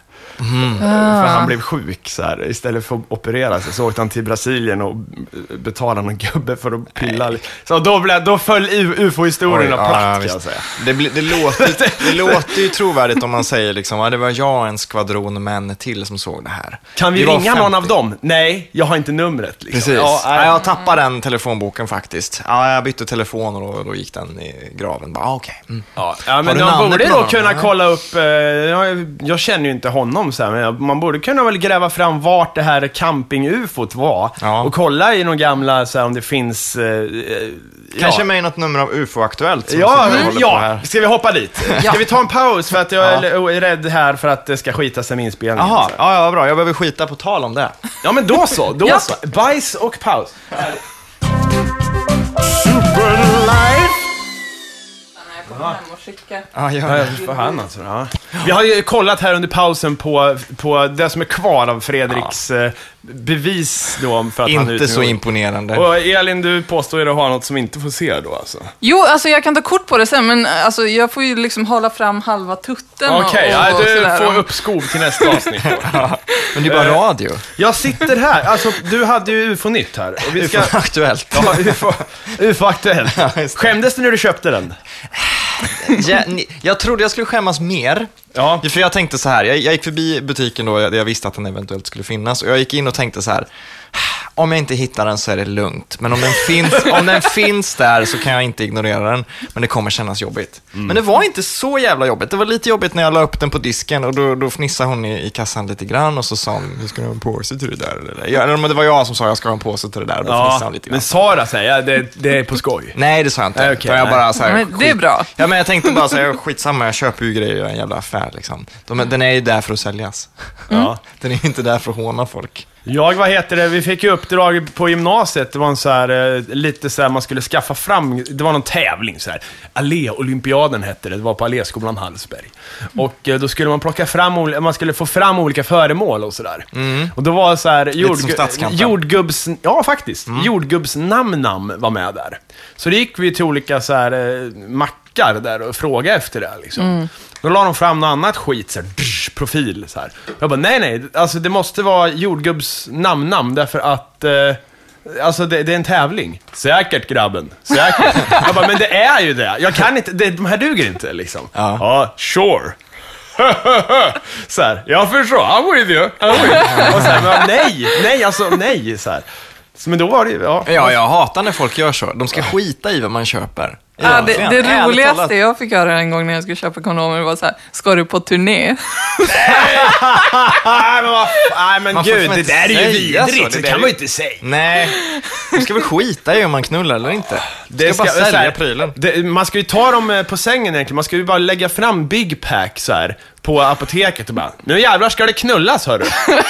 För han blev sjuk så här. Istället för att operera sig så åkte han till Brasilien och betalade någon gubbe för att pilla. Så då, blev, då föll U F O-historierna Oj, ja, platt ja, kan visst. jag säga. Det, blir- det, låter, det låter ju trovärdigt om man säger liksom, ja, det var jag och en skvadron män till som såg det här. Kan vi var ringa någon av femtio. dem? Nej, jag har inte numret. Liksom. Precis. Ja, Ja, nej. jag tappade den telefonboken faktiskt. Ja, jag bytte telefon och då, då gick den i graven. Bara, ah, okej. Mm. Ja, ja, men du de namnet borde på då honom? kunna Ja. kolla upp, eh, jag, jag känner ju inte honom så här, men man borde kunna väl gräva fram vart det här camping-U F O var Ja. och kolla i någon gamla, så här, om det finns... Eh, eh, Kanske ja. med i något nummer av U F O-aktuellt. som Ja, sitter och men, håller på ja. här. Ska vi hoppa dit? Ska vi ta en paus för att jag Ja. är, är rädd här för att det ska skita sig med inspelningen? Jaha, Så här. ja, ja, bra. Jag behöver skita på tal om det. Ja, men då så, då Ja. så. Bajs och paus. Jag kommer hem och skicka. Ja, Ja, ja. för han alltså. Ja. Vi har ju kollat här under pausen på, på det som är kvar av Fredriks eh, bevis då för att han är Inte ute så med- imponerande. Och Elin, du påstår ju att du har något som inte får se då alltså. Jo, alltså jag kan ta kort på det sen, men alltså, jag får ju liksom hålla fram halva tutten. Okej, och, ja, och du sådär. får uppskov till nästa avsnitt då. Men det är bara Eh, radio. Jag sitter här, alltså du hade ju U F O-nytt här. Och vi Det ska... är för aktuellt. Ja, U F O, U F O-aktuellt. Ja, just det. Skämdes du när du köpte den? Ja, ni, jag trodde jag skulle skämmas mer. Ja. För jag tänkte så här, jag, jag gick förbi butiken då, jag, jag visste att den eventuellt skulle finnas. Och jag gick in och tänkte så här, om jag inte hittar den så är det lugnt. Men om den finns, om den finns där så kan jag inte ignorera den. Men det kommer kännas jobbigt. Mm. Men det var inte så jävla jobbigt. Det var lite jobbigt när jag la upp den på disken. Och då, då fnissade hon i, i kassan lite grann. Och så sa hon, du ska ha en påse till det där. Eller, ja, eller det var jag som sa, jag ska ha en påse till det där. Och då ja, hon lite grann. Men Sara säger, det, det är på skoj. Nej, det sa jag inte. Okay, jag bara, så här, men det är bra. Ja, men jag tänkte bara så här, skitsamma, jag köper ju grejer i en jävla affär liksom. De, den är ju där för att säljas. Mm. Ja. Den är inte där för att håna folk. Jag, vad heter det, vi fick ju uppdrag på gymnasiet. Det var en så här, lite så här, man skulle skaffa fram, det var någon tävling så här. Allé-olympiaden hette det, det var på Alléskolan Hallsberg. Och då skulle man plocka fram, man skulle få fram olika föremål och sådär. Mm. Och då var så här, jord, jordgubbs, ja faktiskt, mm. jordgubbs-namnam var med där. Så det gick vi till olika så här mackar där och frågade efter det liksom. Mm. Då la de fram något annat skit, så här, drsch, profil så här. Jag bara, nej nej, alltså det måste vara jordgubbs namn-namn därför att eh, alltså det, det är en tävling. Säkert grabben, säkert. Jag bara, men det är ju det. Jag kan inte, det, de här duger inte liksom. Ja, ja sure. Så här, jag förstår, I'm with you. I'm with you. Och så här, men nej, nej, alltså nej så här. Så, men då var det ja. Ja, jag hatar när folk gör så. De ska skita i vad man köper. Ja, det, det roligaste jag fick höra en gång när jag skulle köpa kondomer var så här, ska du på turné? Nej, men, vad, nej, men gud, det där är ju vidrigt, så, det kan man ju inte säga. Nej, man ska väl skita i om man knullar eller inte. Det ska, ska bara sälja här, prylen. Det, man ska ju ta dem på sängen egentligen, man ska ju bara lägga fram Big Pack så här på apoteket och bara, nu jävlar ska det knullas, hörru.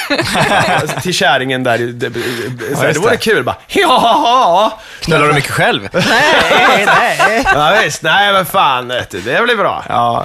Till kärringen där, det, det, så här, ja, det vore kul, bara, ja. Knullar du mycket själv? Nej, nej. Ja visst, nej men fan, det blir bra. Ja.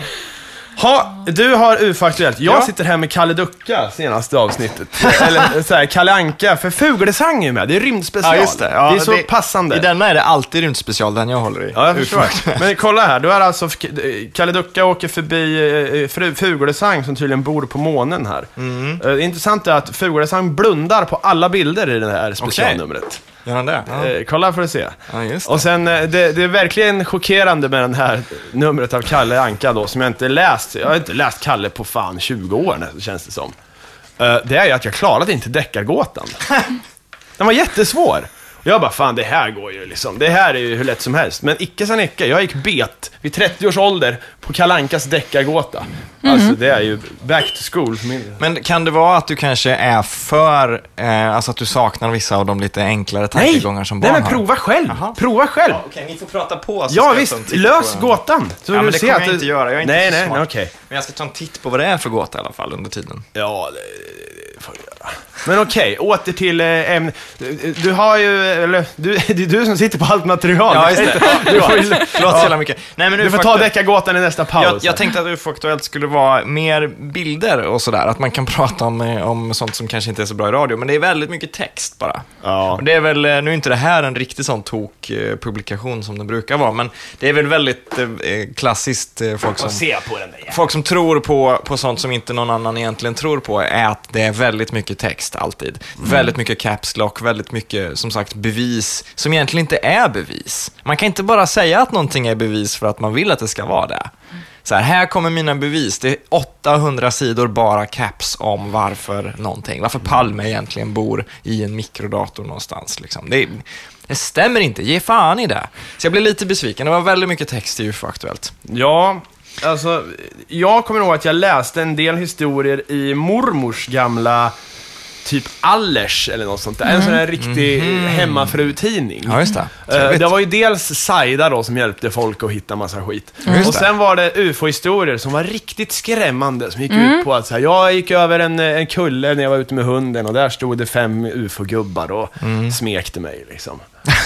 Ha, du har U F O Aktuellt. Jag ja. sitter här med Kalle Ducka senaste avsnittet. Eller så här, Kalle Anka, för Fuglesang är med. Det är rymdspecial. Ja, just det. Ja, det är så det, passande. I denna är det alltid rymdspecial, den jag håller i. Ja, jag förstår. Men kolla här, du är alltså Kalle Ducka åker förbi Fuglesang som tydligen bor på månen här. Mm. Det intressanta är att Fuglesang blundar på alla bilder i det här specialnumret. Okay. Gör han det? Ja. Eh, kolla för att se. Ja, just det. Och sen, det, det är verkligen chockerande med den här numret av Kalle Anka då, som jag inte läst. Jag har inte läst Kalle på fan tjugo år nu, känns det som. Uh, det är ju att jag klarade inte deckargåtan. Den var jättesvår. Och jag bara, fan det här går ju liksom. Det här är ju hur lätt som helst. Men icke sa icke, jag gick bet vid trettio års ålder på Kalle Ankas deckargåta. Mm. Alltså det är ju back to school för min. Men kan det vara att du kanske är för, eh, alltså att du saknar vissa av de lite enklare tankegångar som barn har? Nej, men prova själv. Aha. Prova själv. Ja, okej, ni får prata på. Ja visst, lös på gåtan. Så ja, men det kommer jag inte göra. Jag är inte nej, så nej, smart. Nej, okay. Men jag ska ta en titt på vad det är för gåta i alla fall under tiden. Ja, det, det får jag göra. Men okej, okay, åter till ämnet. Eh, du, du har ju, eller du, det är du som sitter på allt material. Ja, just det. Du får, förlåt så jävla mycket. Nej, men du får ta deckargåtan i nästa paus. Jag, jag tänkte att U F O Aktuellt skulle vara mer bilder och sådär. Att man kan prata om, om sånt som kanske inte är så bra i radio. Men det är väldigt mycket text bara. Ja. Och det är väl, nu är inte det här en riktig sån tok-publikation som den brukar vara. Men det är väl väldigt eh, klassiskt eh, folk som, se på den där, folk som tror på, på sånt som inte någon annan egentligen tror på. Är att det är väldigt mycket text alltid. Mm. Väldigt mycket caps lock, väldigt mycket som sagt bevis som egentligen inte är bevis. Man kan inte bara säga att någonting är bevis för att man vill att det ska vara det. Så här, här kommer mina bevis. Det är åttahundra sidor bara caps om varför någonting. Varför Palme egentligen bor i en mikrodator någonstans. Liksom. Det, det stämmer inte. Ge fan i det. Så jag blev lite besviken. Det var väldigt mycket text i U F O Aktuellt. Ja, alltså jag kommer ihåg att jag läste en del historier i mormors gamla typ Allers eller något sånt där. Mm. En sån här riktig mm. hemmafrutidning. Ja, just det. Uh, det var ju dels Saida då som hjälpte folk att hitta massa skit. Mm. Och sen var det U F O-historier som var riktigt skrämmande. Som gick mm. ut på att så här, jag gick över en, en kulle när jag var ute med hunden och där stod det fem U F O-gubbar och mm. smekte mig liksom.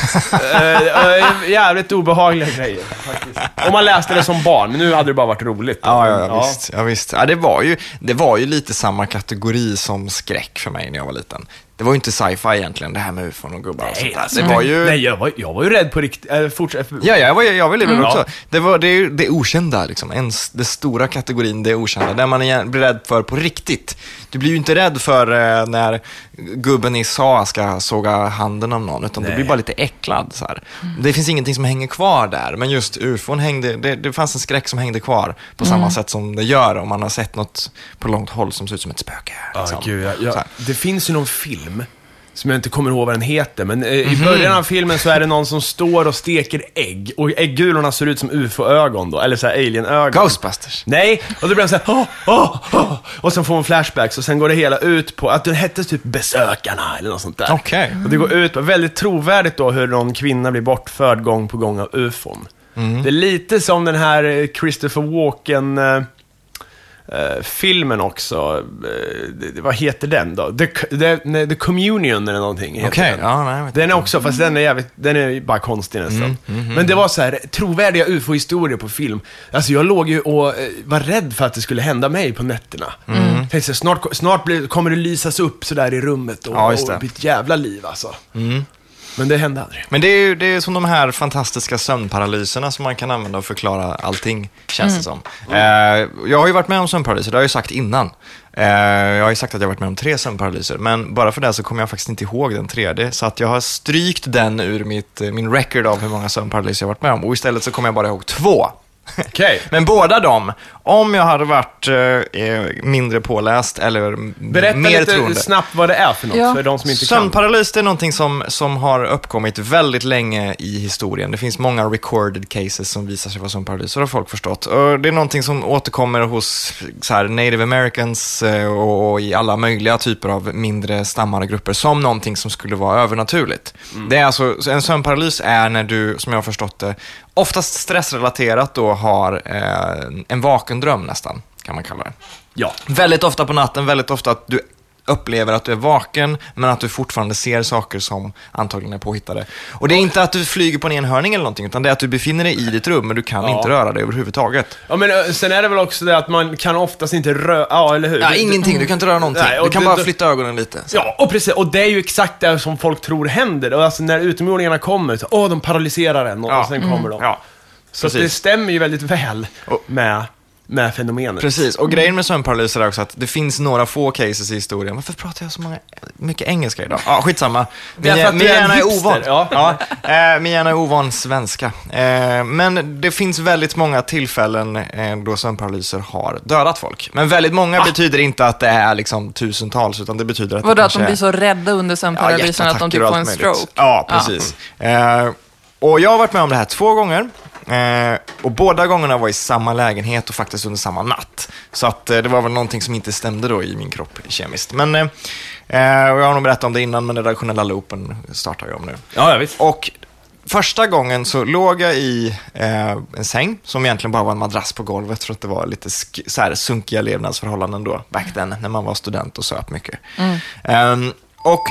uh, uh, jävligt obehagliga grejer faktiskt. Om man läste det som barn, men nu hade det bara varit roligt. Ja, ja, ja, ja. Visst, ja visst. Ja, det var ju det var ju lite samma kategori som skräck för mig när jag var liten. Det var ju inte sci-fi egentligen, det här med U F O och gubbar och sånt där. Alltså, det var ju... Nej, jag var, jag var ju rädd på riktigt. Äh, fortsätt. Ja, jag var, jag var livet mm. också. Det var det, det okända, liksom. En, det stora kategorin, det okända. Där man är, blir rädd för på riktigt. Du blir ju inte rädd för eh, när gubben i S A ska såga handen av någon, utan nej. Du blir bara lite äcklad. Så här. Mm. Det finns ingenting som hänger kvar där. Men just U F O hängde, det, det fanns en skräck som hängde kvar på mm. samma sätt som det gör om man har sett något på långt håll som ser ut som ett spöke. Ja, liksom. gud, jag, jag, det finns ju någon film som jag inte kommer ihåg vad den heter. Men eh, i Mhm. början av filmen så är det någon som står och steker ägg. Och äggulorna ser ut som U F O-ögon då. Eller så här alien-ögon. Ghostbusters. Nej, och då blir han så här, åh, åh, åh. Och sen får hon flashbacks. Och sen går det hela ut på att den hette typ Besökarna eller något sånt där. Okej. Och det går ut på väldigt trovärdigt då hur någon kvinna blir bortförd gång på gång av U F O. Mm. Det är lite som den här Christopher Walken eh, eh, filmen också. Eh, vad heter den då? The, the, the Communion eller någonting heter Okej, den. ja, nej, jag vet Den är inte. också, fast den är jävligt, den är bara konstig nästan. Mm, mm, mm. Men det var så här trovärdiga U F O-historier på film. Alltså jag låg ju och eh, var rädd för att det skulle hända mig på nätterna. Mm. Tänkte så här, snart, snart blir, kommer det lysas upp så där i rummet och, Ja, just det. och bli ett jävla liv alltså. Mm. Men det hände aldrig. Men det är ju det är som de här fantastiska sömnparalyserna som man kan använda och förklara allting, känns det som. Eh, jag har ju varit med om sömnparalyser, det har jag ju sagt innan. Eh, jag har ju sagt att jag har varit med om tre sömnparalyser, men bara för det så kommer jag faktiskt inte ihåg den tredje. Så att jag har strykt den ur mitt, min record av hur många sömnparalyser jag har varit med om. Och istället så kommer jag bara ihåg två. Okej. Men båda dem, om jag hade varit eh, mindre påläst eller Berätta mer lite troende. snabbt vad det är för något, Ja. för de som inte kan. Sömnparalys är någonting som, som har uppkommit väldigt länge i historien. Det finns många recorded cases som visar sig vara sömnparalys, så har folk förstått. Och det är någonting som återkommer hos så här, native americans eh, och, och i alla möjliga typer av mindre stammare grupper som någonting som skulle vara övernaturligt. Mm. Det är alltså, en sömnparalys är när du, som jag har förstått det, oftast stressrelaterat då har eh, en vaken dröm nästan, kan man kalla det. Ja. Väldigt ofta på natten, väldigt ofta att du upplever att du är vaken, men att du fortfarande ser saker som antagligen är påhittade. Och det är inte att du flyger på en enhörning eller någonting, utan det är att du befinner dig i ditt rum, men du kan Ja. inte röra dig överhuvudtaget. Ja, men ö, sen är det väl också det att man kan oftast inte röra, ja eller hur? Ja, Det- ingenting, du kan inte röra någonting. Nej, och du kan det- bara det- flytta ögonen lite. Så. Ja, och precis, och det är ju exakt det som folk tror händer. Och alltså när utomjordingarna kommer, så, åh, de paralyserar en och, Ja. och sen kommer de. Ja, Så att det precis. stämmer ju väldigt väl Och- med, med fenomenet. Precis, och grejen med sömnparalyser är också att det finns några få cases i historien. Varför pratar jag så många, mycket engelska idag? Ja, skitsamma. Det är Min, för att min du är en hjärna är hipster, ovan. ja. Ja, eh, min hjärna är ovan svenska. Eh, men det finns väldigt många tillfällen eh, då sömnparalyser har dödat folk. Men väldigt många betyder inte att det är liksom tusentals, utan det betyder att Vadå, det att de kanske blir så rädda under Ja, sömnparalysen att de typ hjärtattacker och får en allt möjligt. stroke? Ja, precis. Eh, och jag har varit med om det här två gånger. Eh, och båda gångerna var i samma lägenhet och faktiskt under samma natt. Så att eh, det var väl någonting som inte stämde då i min kropp kemiskt. Men eh, eh, och jag har nog berättat om det innan, men den redaktionella loopen startar jag om nu. Ja, ja visst. Och första gången så låg jag i eh, en säng som egentligen bara var en madrass på golvet, för att det var lite sk- så här sunkiga levnadsförhållanden då, back then, när man var student och söp mycket. Mm. Eh, och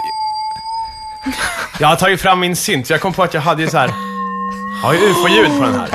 Jag har tagit fram min synt, så jag kom på att jag hade ju så här. Jag har ju U F O-ljud på den här.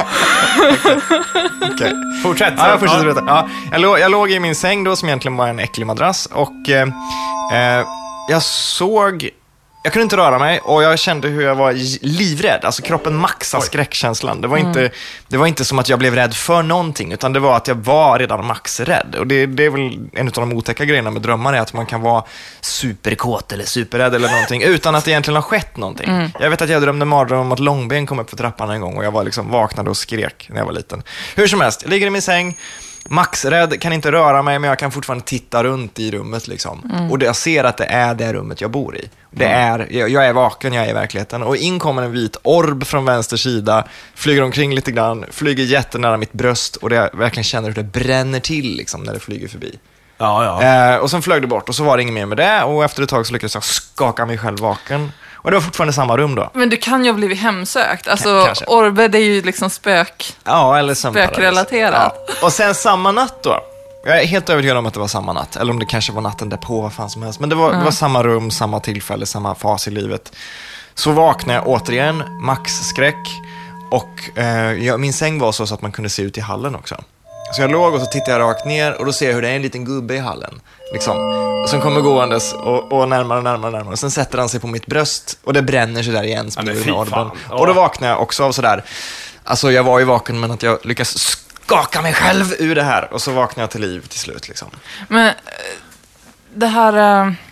okay. Fortsätt. Ja, jag fortsätter berätta. Ja, jag, låg, jag låg i min säng då, som egentligen var en äcklig madrass, och eh, eh, jag såg... Jag kunde inte röra mig och jag kände hur jag var livrädd. Alltså kroppen maxade Oj. skräckkänslan. Det var, inte, det var inte som att jag blev rädd för någonting, utan det var att jag var redan maxrädd. Och det, det är väl en av de otäcka grejerna med drömmar, är att man kan vara superkåt eller superrädd eller någonting utan att det egentligen har skett någonting. Mm. Jag vet att jag drömde mardröm om att Långben kom upp för trappan en gång och jag var liksom vaknade och skrek när jag var liten. Hur som helst, jag ligger i min säng, maxrädd, kan inte röra mig, men jag kan fortfarande titta runt i rummet liksom. Mm. Och det, jag ser att det är det rummet jag bor i. Det är, jag, jag är vaken, jag är i verkligheten. Och in kommer en vit orb från vänster sida, flyger omkring lite grann, flyger jättenära mitt bröst, och det, jag verkligen känner hur det bränner till liksom, när det flyger förbi. Ja, ja. Eh, och sen flög det bort och så var det inget mer med det, och efter ett tag så lyckades jag skaka mig själv vaken. Och det var fortfarande samma rum då. Men du kan ju ha blivit hemsökt. Alltså, K- kanske. orbe, det är ju liksom spök. Ja, eller sömnparalys. Spökrelaterat. Ja. Och sen samma natt då. Jag är helt övertygad om att det var samma natt. Eller om det kanske var natten därpå, vad fan som helst. Men det var, mm. det var samma rum, samma tillfälle, samma fas i livet. Så vaknade jag återigen, maxskräck. Och eh, jag, min säng var så, så att man kunde se ut i hallen också. Så jag låg och så tittade jag rakt ner och då ser jag hur det är en liten gubbe i hallen. Liksom. Och sen kommer gåendes och, och närmare och närmare och närmare. Och sen sätter han sig på mitt bröst och det bränner sig där igen. Ja, men fy fan. Ja. Och då vaknar jag också av sådär. Alltså jag var ju vaken, men att jag lyckas skaka mig själv ur det här. Och så vaknar jag till liv till slut liksom. Men eh, det här... eh,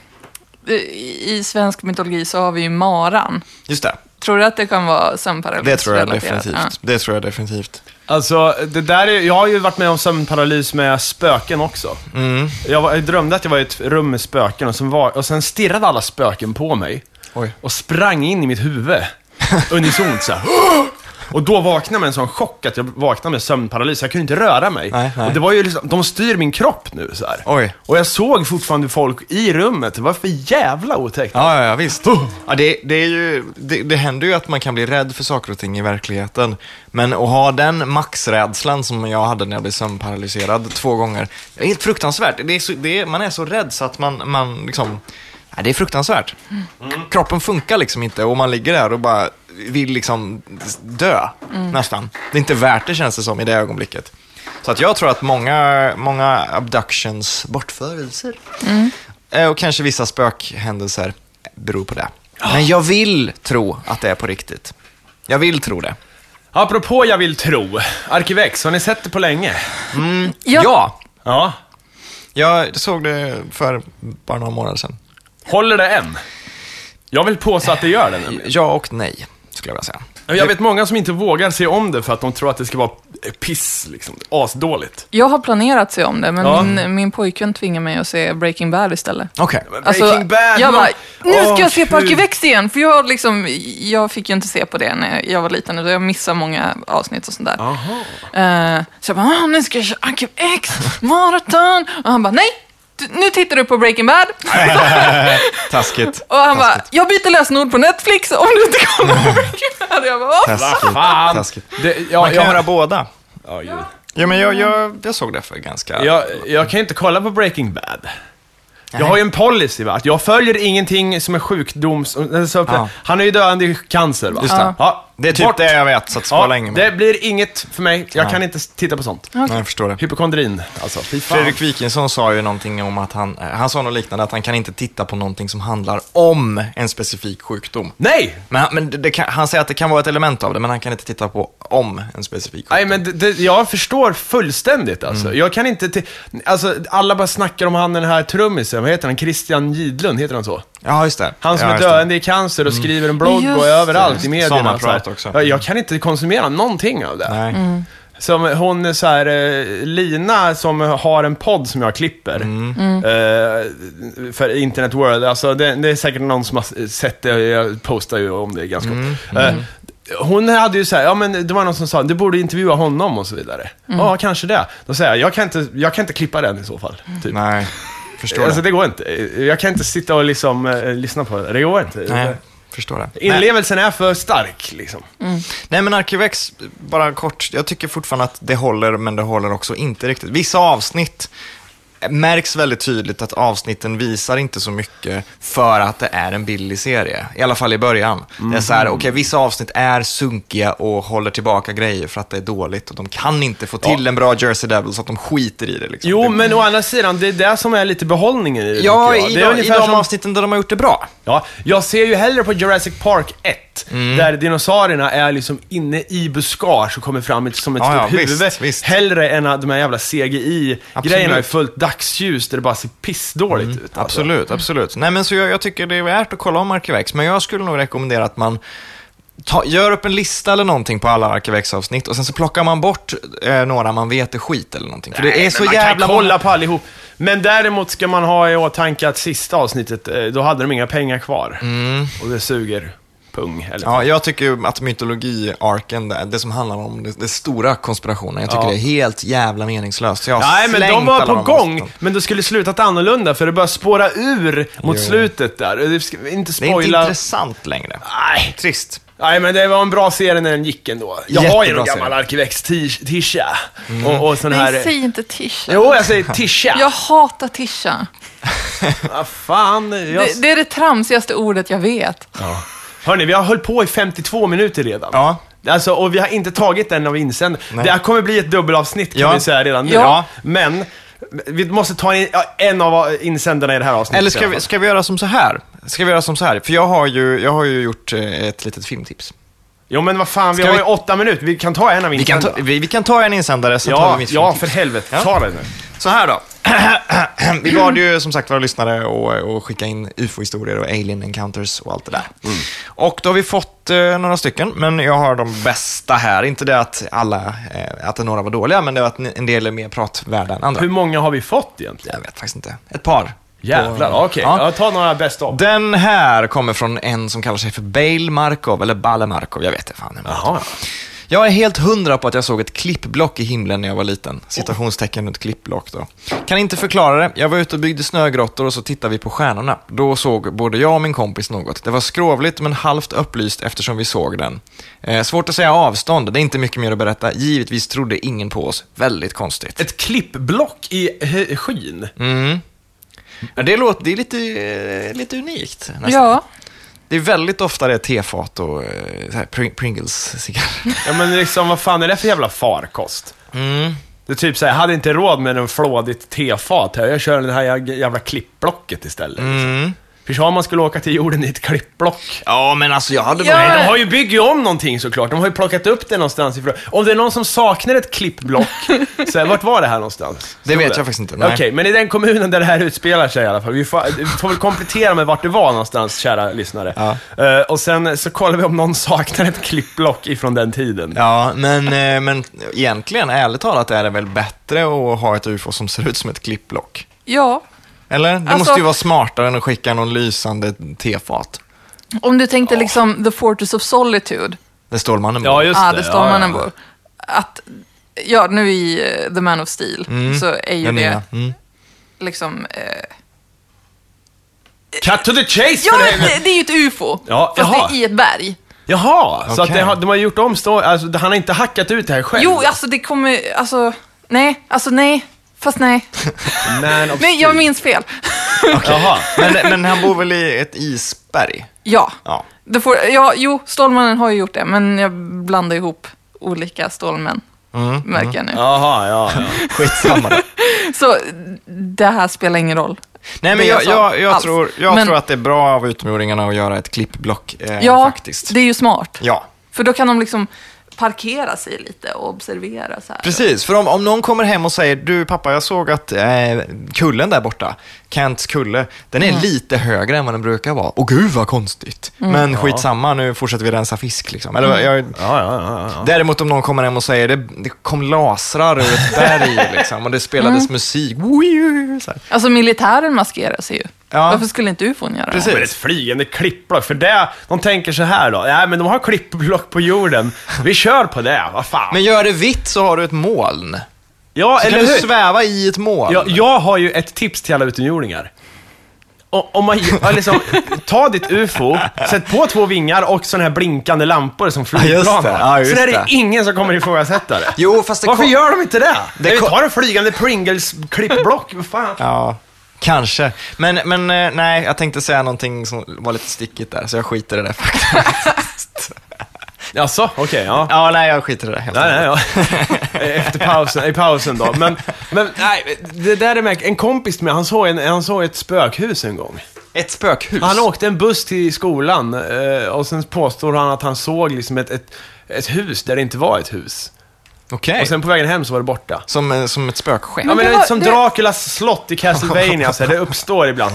I svensk mytologi så har vi ju maran. Just det. Tror du att det kan vara sömnparalys? Det tror jag relaterat? definitivt. Ja. Det tror jag definitivt. Alltså, det där är, jag har ju varit med om sömnparalys med spöken också. Mm. Jag, var, jag drömde att jag var i ett rum med spöken och sen, var, och sen stirrade alla spöken på mig. Oj. och sprang in i mitt huvud. Unisont så här. Och då vaknade jag med en sån chock att jag vaknade med sömnparalys. Jag kunde inte röra mig. Nej, nej. Och det var ju liksom, de styr min kropp nu så här. Oj. Och jag såg fortfarande folk i rummet. Det var för jävla otäckt. Ja, ja, ja visst. Ja, det, det, är ju, det, det händer ju att man kan bli rädd för saker och ting i verkligheten. Men att ha den maxrädslan som jag hade när jag blev sömnparalyserad två gånger, det är helt fruktansvärt. Det är så, det är, man är så rädd så att man, man liksom... Ja, det är fruktansvärt. Mm. Kroppen funkar liksom inte och man ligger där och bara vill liksom dö mm. nästan. Det är inte värt det, känns det som, i det ögonblicket. Så att jag tror att många, många abductions, bortförelser mm. och kanske vissa spökhändelser beror på det. Men jag vill tro att det är på riktigt. Jag vill tro det. Apropå jag vill tro, Arkivex, har ni sett det på länge? Mm. Ja. ja. Ja. Jag såg det för bara några månader sedan. Håller det än? Jag vill påstå att det gör det nämligen. Ja och nej, skulle jag vilja säga. Jag vet många som inte vågar se om det för att de tror att det ska vara piss, liksom, asdåligt. Jag har planerat att se om det, men ja. min, min pojkön tvingar mig att se Breaking Bad istället. Okej. Okay. Alltså, Breaking Bad, jag bara, nu ska oh, jag se på Arkivex igen, för jag, liksom, jag fick ju inte se på det när jag var liten, och jag missade många avsnitt och sånt där. Uh, så jag bara, nu ska jag köra Arkivex, maraton. Och han bara, nej! Nu tittar du på Breaking Bad. Taskigt. Och han Taskigt. bara, jag byter lösenord på Netflix om du inte kommer på Breaking Bad. Jag bara, vad Taskigt. fan? Taskigt. Det, ja, Man kan jag, göra båda. Ja, ja. ja men jag, jag, jag såg det för ganska... Jag, jag kan inte kolla på Breaking Bad. Jag har ju en policy, va? Att jag följer ingenting som är sjukdoms... Ja. Han är ju döende i cancer, va? Just det. Ja. Det är typ Bort. det jag vet, så att spara Ja, länge med. det blir inget för mig. Jag Nej. kan inte titta på sånt. Okay. Nej, jag förstår det. Hypokondrin, alltså. Fy fan. Fredrik Wikingsson sa ju någonting om att han... Han sa något liknande, att han kan inte titta på någonting som handlar om en specifik sjukdom. Nej! Men, men det, det kan, han säger att det kan vara ett element av det, men han kan inte titta på om en specifik sjukdom. Nej, men det, det, jag förstår fullständigt, alltså. Mm. Jag kan inte... T- alltså, alla bara snackar om han, den här trummisen. Vad heter han? Christian Gidlund, heter han så? Ja, just det. Han som ja, är döende i cancer och skriver en blogg Just och överallt det. i medierna. Sådana prat också. Jag, jag kan inte konsumera någonting av det. Nej. Mm. Som hon så här, eh, Lina som har en podd som jag klipper Mm. eh, för Internet World. Alltså det, det är säkert någon som har sett det. Jag postar ju om det ganska Mm. ofta. Eh, hon hade ju så här, ja men det var någon som sa, du borde intervjua honom och så vidare. Ja, mm. kanske det. Då säger jag, jag kan inte, jag kan inte klippa den i så fall. Typ. Nej, förstår Alltså det. det går inte. Jag kan inte sitta och liksom eh, lyssna på det. Det går inte. Nej, förstår det. Inlevelsen är för stark liksom. Mm. Nej, men Arkivex, bara kort, jag tycker fortfarande att det håller, men det håller också inte riktigt. Vissa avsnitt märks väldigt tydligt att avsnitten visar inte så mycket för att det är en billig serie. I alla fall i början. Mm. Det är så här, okej, okay, vissa avsnitt är sunkiga och håller tillbaka grejer för att det är dåligt. Och de kan inte få till ja. en bra Jersey Devil så att de skiter i det. Liksom. Jo, det... men å andra sidan, det är det som är lite behållningen i det. Ja, i, det är de, i de som... avsnitten där de har gjort det bra. Ja, jag ser ju hellre på Jurassic Park ett, mm. där dinosaurierna är liksom inne i buskage och kommer fram som ett ja, stort ja, huvud. visst, visst. Hellre än att de här jävla C G I-grejerna är fullt dagsljus där det bara ser pissdåligt mm. ut. Alltså. Absolut, absolut. Nej, men så jag, jag tycker det är värt att kolla om Arkivex, men jag skulle nog rekommendera att man ta, gör upp en lista eller någonting på alla Arkivex-avsnitt och sen så plockar man bort eh, några man vet är skit eller någonting. För Nej, det är så man jävla kan kolla många... på allihop. Men däremot ska man ha i åtanke att sista avsnittet, då hade de inga pengar kvar. Mm. Och det suger pung. Eller ja, jag tycker att mytologi-arken, det, det som handlar om det, det stora konspirationen, jag tycker ja. det är helt jävla meningslöst. Jag Nej, men de var på gång, avsnitten. men det skulle slutat annorlunda för det började spåra ur mot jo. slutet där. Det ska inte spoila. Det är inte intressant längre. Nej. Trist. Nej, men det var en bra serie när den gick ändå. Jag Jättebra har ju en gammal serie. Arkivex-tisha. Mm. Och, och sån Nej, här... säg inte tisha. Jo, jag säger tisha. Jag hatar tisha. Vad fan. Jag... Det, det är det tramsigaste ordet jag vet. Ja. Hörrni, vi har hållit på i femtiotvå minuter redan. Ja. Alltså, och vi har inte tagit en av insänd. Det här kommer bli ett dubbelavsnitt kan ja. vi säga redan nu. Ja. Men vi måste ta in, en av insändarna i det här avsnittet. Eller ska vi, ska vi göra som så här? Ska vi göra som så här? För jag har ju, jag har ju gjort ett litet filmtips. Jo, men vad fan, vi ska har vi... ju åtta minuter. Vi kan ta en av vi kan insändarna. ta, vi, vi kan ta en insändare, sen ja, tar vi mitt Ja, filmtips. för helvete. Ja. Ta det nu. Så här då. Vi bad ju som sagt våra lyssnare och, och skicka in U F O-historier och alien encounters och allt det där. Mm. Och då har vi fått eh, några stycken, men jag har de bästa här. Inte det att alla, eh, att några var dåliga, men det var att en del är mer pratvärda än andra. Hur många har vi fått egentligen? Jag vet faktiskt inte. Ett par. Jävlar, På- okej. Ja. Jag tar några bäst av. Den här kommer från en som kallar sig för Bale Markov, eller Balle Markov, jag vet inte fan. Jaha. Jag är helt hundra på att jag såg ett klippblock i himlen när jag var liten. Citationstecken runt klippblock då. Kan inte förklara det. Jag var ute och byggde snögrottor och så tittade vi på stjärnorna. Då såg både jag och min kompis något. Det var skrovligt men halvt upplyst eftersom vi såg den. Eh, svårt att säga avstånd. Det är inte mycket mer att berätta. Givetvis trodde ingen på oss. Väldigt konstigt. Ett klippblock i hö- skyn. Mm. Ja, det, låter, det är lite, eh, lite unikt nästan. Ja. Det är väldigt ofta det är tefat och eh, så här Pring- Pringles-cigarrer. Ja, men liksom, vad fan är det för jävla farkost? Mm. Det är typ så här, jag hade inte råd med en flådigt tefat här. Jag kör det här jävla klippblocket istället. Mm. Förstår man skulle åka till jorden i ett klippblock. Ja, men alltså jag hade Ja. bara... Nej, de har ju byggt om någonting såklart. De har ju plockat upp det någonstans ifrån. Om det är någon som saknar ett klippblock, så här, vart var det här någonstans? Det vet jag faktiskt inte, nej. Okej, men i den kommunen där det här utspelar sig i alla fall. Vi får, vi får väl komplettera med vart det var någonstans, kära lyssnare. Ja. Uh, och sen så kollar vi om någon saknar ett klippblock ifrån den tiden. Ja, men, eh, men egentligen, ärligt talat, är det väl bättre att ha ett U F O som ser ut som ett klippblock? Ja. Eller? Det Alltså- måste ju vara smartare än att skicka någon lysande tefat. Om du tänkte liksom The Fortress of Solitude. Det står man Ja, just Ja, det. det står man en bok. Att, ja, nu i eh, The Man of Steel så är ju Den det nya. Mm. liksom... Eh, Cut to the chase ja, för dig! det, det är ju ett U F O. Ja, fast jaha. det är i ett berg. Jaha, så att Okej. det har, de har gjort om stå, alltså han har inte hackat ut det här själv. Jo, alltså det kommer... Alltså, nej. Alltså nej. Fast nej. Man of Nej, jag Steel. minns fel. Jaha. Men, men han bor väl i ett isberg? Ja. Ja. Det får, ja, jo, Stålmannen har ju gjort det, men jag blandar ihop olika Stålmän, Mm. märker jag nu. Jaha, ja, ja. Skitsamma då. Så det här spelar ingen roll. Nej, men Det jag, sa jag, jag, alls. tror, jag Men- tror att det är bra av utomjordingarna att göra ett klippblock eh, Ja, faktiskt. det är ju smart. Ja. För då kan de liksom parkera sig lite och observera så här. Precis, för om, om någon kommer hem och säger du pappa, jag såg att eh, kullen där borta, Kents kulle, den är Mm. lite högre än vad den brukar vara. Åh gud vad konstigt. Mm. Men skitsamma, nu fortsätter vi rensa fisk liksom. Eller, jag, Ja, ja, ja, ja. däremot om någon kommer hem och säger det, det kom lasrar ur ett berg liksom, och det spelades Mm. musik. Så här. Alltså militären maskerar sig ju. Ja. Varför skulle inte U F O göra det? Precis. Men ett flygande klippblock, för det, de tänker så här då, nej men de har klippblock på jorden, vi kör på det, vad fan. Men gör det vitt så har du ett moln. ja, Så eller kan du hur? sväva i ett moln. Jag, jag har ju ett tips till alla utomjordingar. O- Om man ja, liksom, ta ditt U F O, sätt på två vingar och såna här blinkande lampor som Ja, just flygplan det. har. Ja, just Så är det det. ingen som kommer ifrågasätta det. Jo, fast det Varför kom- gör de inte det? Det Det vi kom- tar en flygande Pringles-klippblock, vad fan. Ja, kanske. Men, men eh, nej, jag tänkte säga någonting som var lite stickigt där, så jag skiter i det faktiskt. Jaså, okej, ja. Ja, nej, jag skiter i det helt Nej, nej, enkelt. ja. Efter pausen, i pausen då. Men, men nej, det där är med, en kompis med, han såg, en, han såg ett spökhus en gång. Ett spökhus. Han åkte en buss till skolan eh, och sen påstår han att han såg liksom ett, ett, ett hus där det inte var ett hus. Okej. Och sen på vägen hem så var det borta. Som, eh, som ett spökskepp. Ja, men det det var- som det- Draculas slott i Castlevania, så här, det uppstår ibland.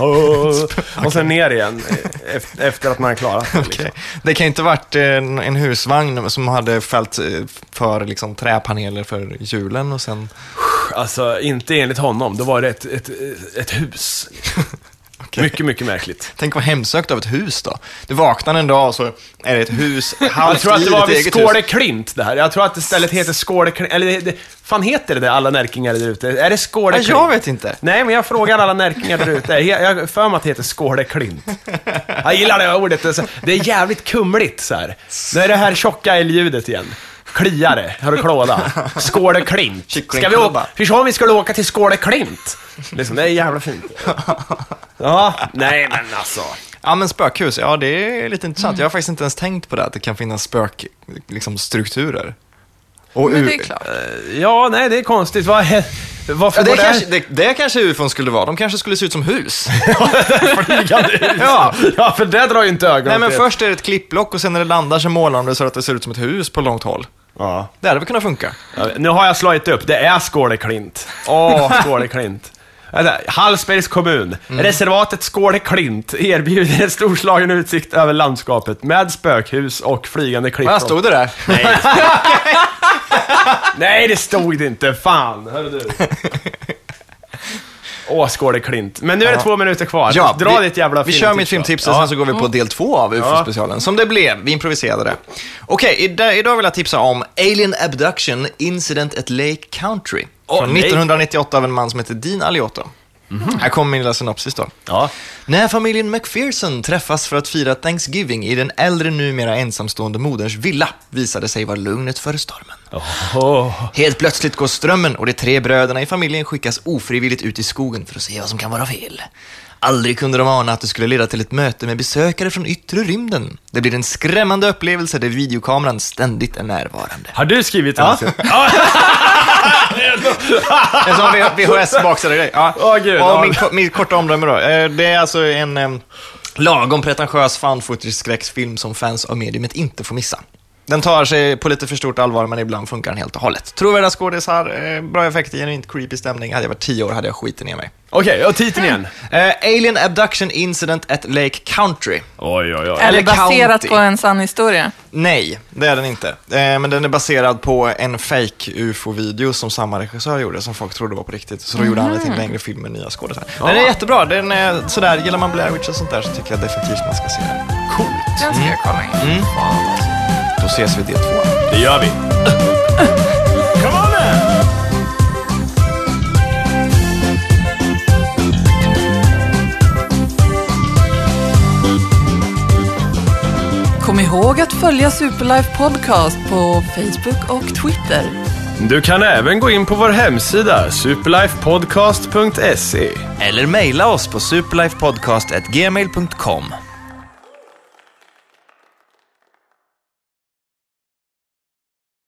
Och sen ner igen, eh, efter, efter att man har klarat det. Liksom. Okej. Det kan ju inte varit en, en husvagn som hade fällt eh, för liksom, träpaneler för hjulen och sen... Alltså, inte enligt honom, då var det ett, ett, ett hus. Okej. Mycket, mycket märkligt. Tänk vad hemsökt av ett hus då. Du vaknar en dag och så är det ett hus, Jag halvt tror att i det var ditt vid eget hus. Skådeklint det här. Jag tror att det stället heter Skådeklint. Eller det, det, fan heter det där, alla närkingar där ute? Är det Ja, Skådeklint? jag vet inte. Nej, men jag frågar alla närkingar där ute. Jag jag har för mig att det heter Skådeklint. Jag gillar det ordet. Alltså, det är jävligt kumligt så här. Det är det här tjocka älgljudet igen. Kliare, har du klåda? Skådeklint. Ska vi åka? Förstår om vi skulle åka till Skådeklint? Liksom, det är jävla fint. Ja, nej men alltså. Ja, men spökhus, ja det är lite intressant. Jag har faktiskt inte ens tänkt på det, att det kan finnas spök, liksom, strukturer. Och Men u- det är klart. Ja, nej, det är konstigt. Vad, varför Ja, det, går det kanske, det, det kanske U F O skulle vara. De kanske skulle se ut som hus. Ja, ja, för det drar ju inte ögonen Nej, men till. först är det ett klippblock och sen när det landar så målar de det så att det ser ut som ett hus på långt håll. Ja. Det hade väl kunnat funka. Ja, nu har jag slagit upp, det är Skådeklint. Åh, Skådeklint. Alltså, Hallsbergs kommun. Reservatet Skådeklint erbjuder en storslagen utsikt över landskapet med spökhus och flygande klippor. Vad stod det där? Nej. Nej, det stod det inte. Fan, hörru du. Åh, Skåde Klint. Men nu är det Ja. två minuter kvar. Ja, Dra vi, ditt jävla Vi filmtips kör mitt då. filmtips och Ja. sen så går vi på del två av U F O-specialen. Som det blev, vi improviserade det. Okej, idag, idag vill jag tipsa om Alien Abduction Incident at Lake Country. Åh, Från nej. nittonhundranittioåtta av en man som heter Dean Alioto. Mm-hmm. Här kommer min lilla synopsis då. Ja. När familjen McPherson träffas för att fira Thanksgiving i den äldre numera ensamstående moderns villa visade sig vara lugnet före stormen. Oh. Helt plötsligt går strömmen och de tre bröderna i familjen skickas ofrivilligt ut i skogen för att se vad som kan vara fel. Aldrig kunde de ana att det skulle leda till ett möte med besökare från yttre rymden. Det blir en skrämmande upplevelse där videokameran ständigt är närvarande. Har du skrivit den? Ja. En sån V H S-boxade grej. Ja. Åh, gud, och ja. min, ko- min korta omdöme då. Eh, Det är alltså en eh, lagom pretentiös fan footage-skräcksfilm som fans av mediumet inte får missa. Den tar sig på lite för stort allvar, men ibland funkar den helt och hållet. Trovärda skådisar, eh, bra effekter, genuint creepy stämning. Hade jag varit tio år hade jag skiten ner mig. Okej, och titeln igen. Eh, Alien Abduction Incident at Lake Country. Oj, oj, oj. Eller Eller baserat County. på en sann historia. Nej, det är den inte. Eh, men den är baserad på en fake U F O-video som samma regissör gjorde, som folk trodde var på riktigt. Så då gjorde han det till en längre film med nya skådespelare. Den är jättebra. Den är sådär, gillar man Blair Witch och sånt där så tycker jag definitivt man ska se den. Coolt. Den ska jag kolla in. Mm. Då ses vi i del två. Det gör vi. Come on now! Kom ihåg att följa Superlife Podcast på Facebook och Twitter. Du kan även gå in på vår hemsida superlifepodcast punkt se. Eller mejla oss på superlifepodcast at gmail punkt com.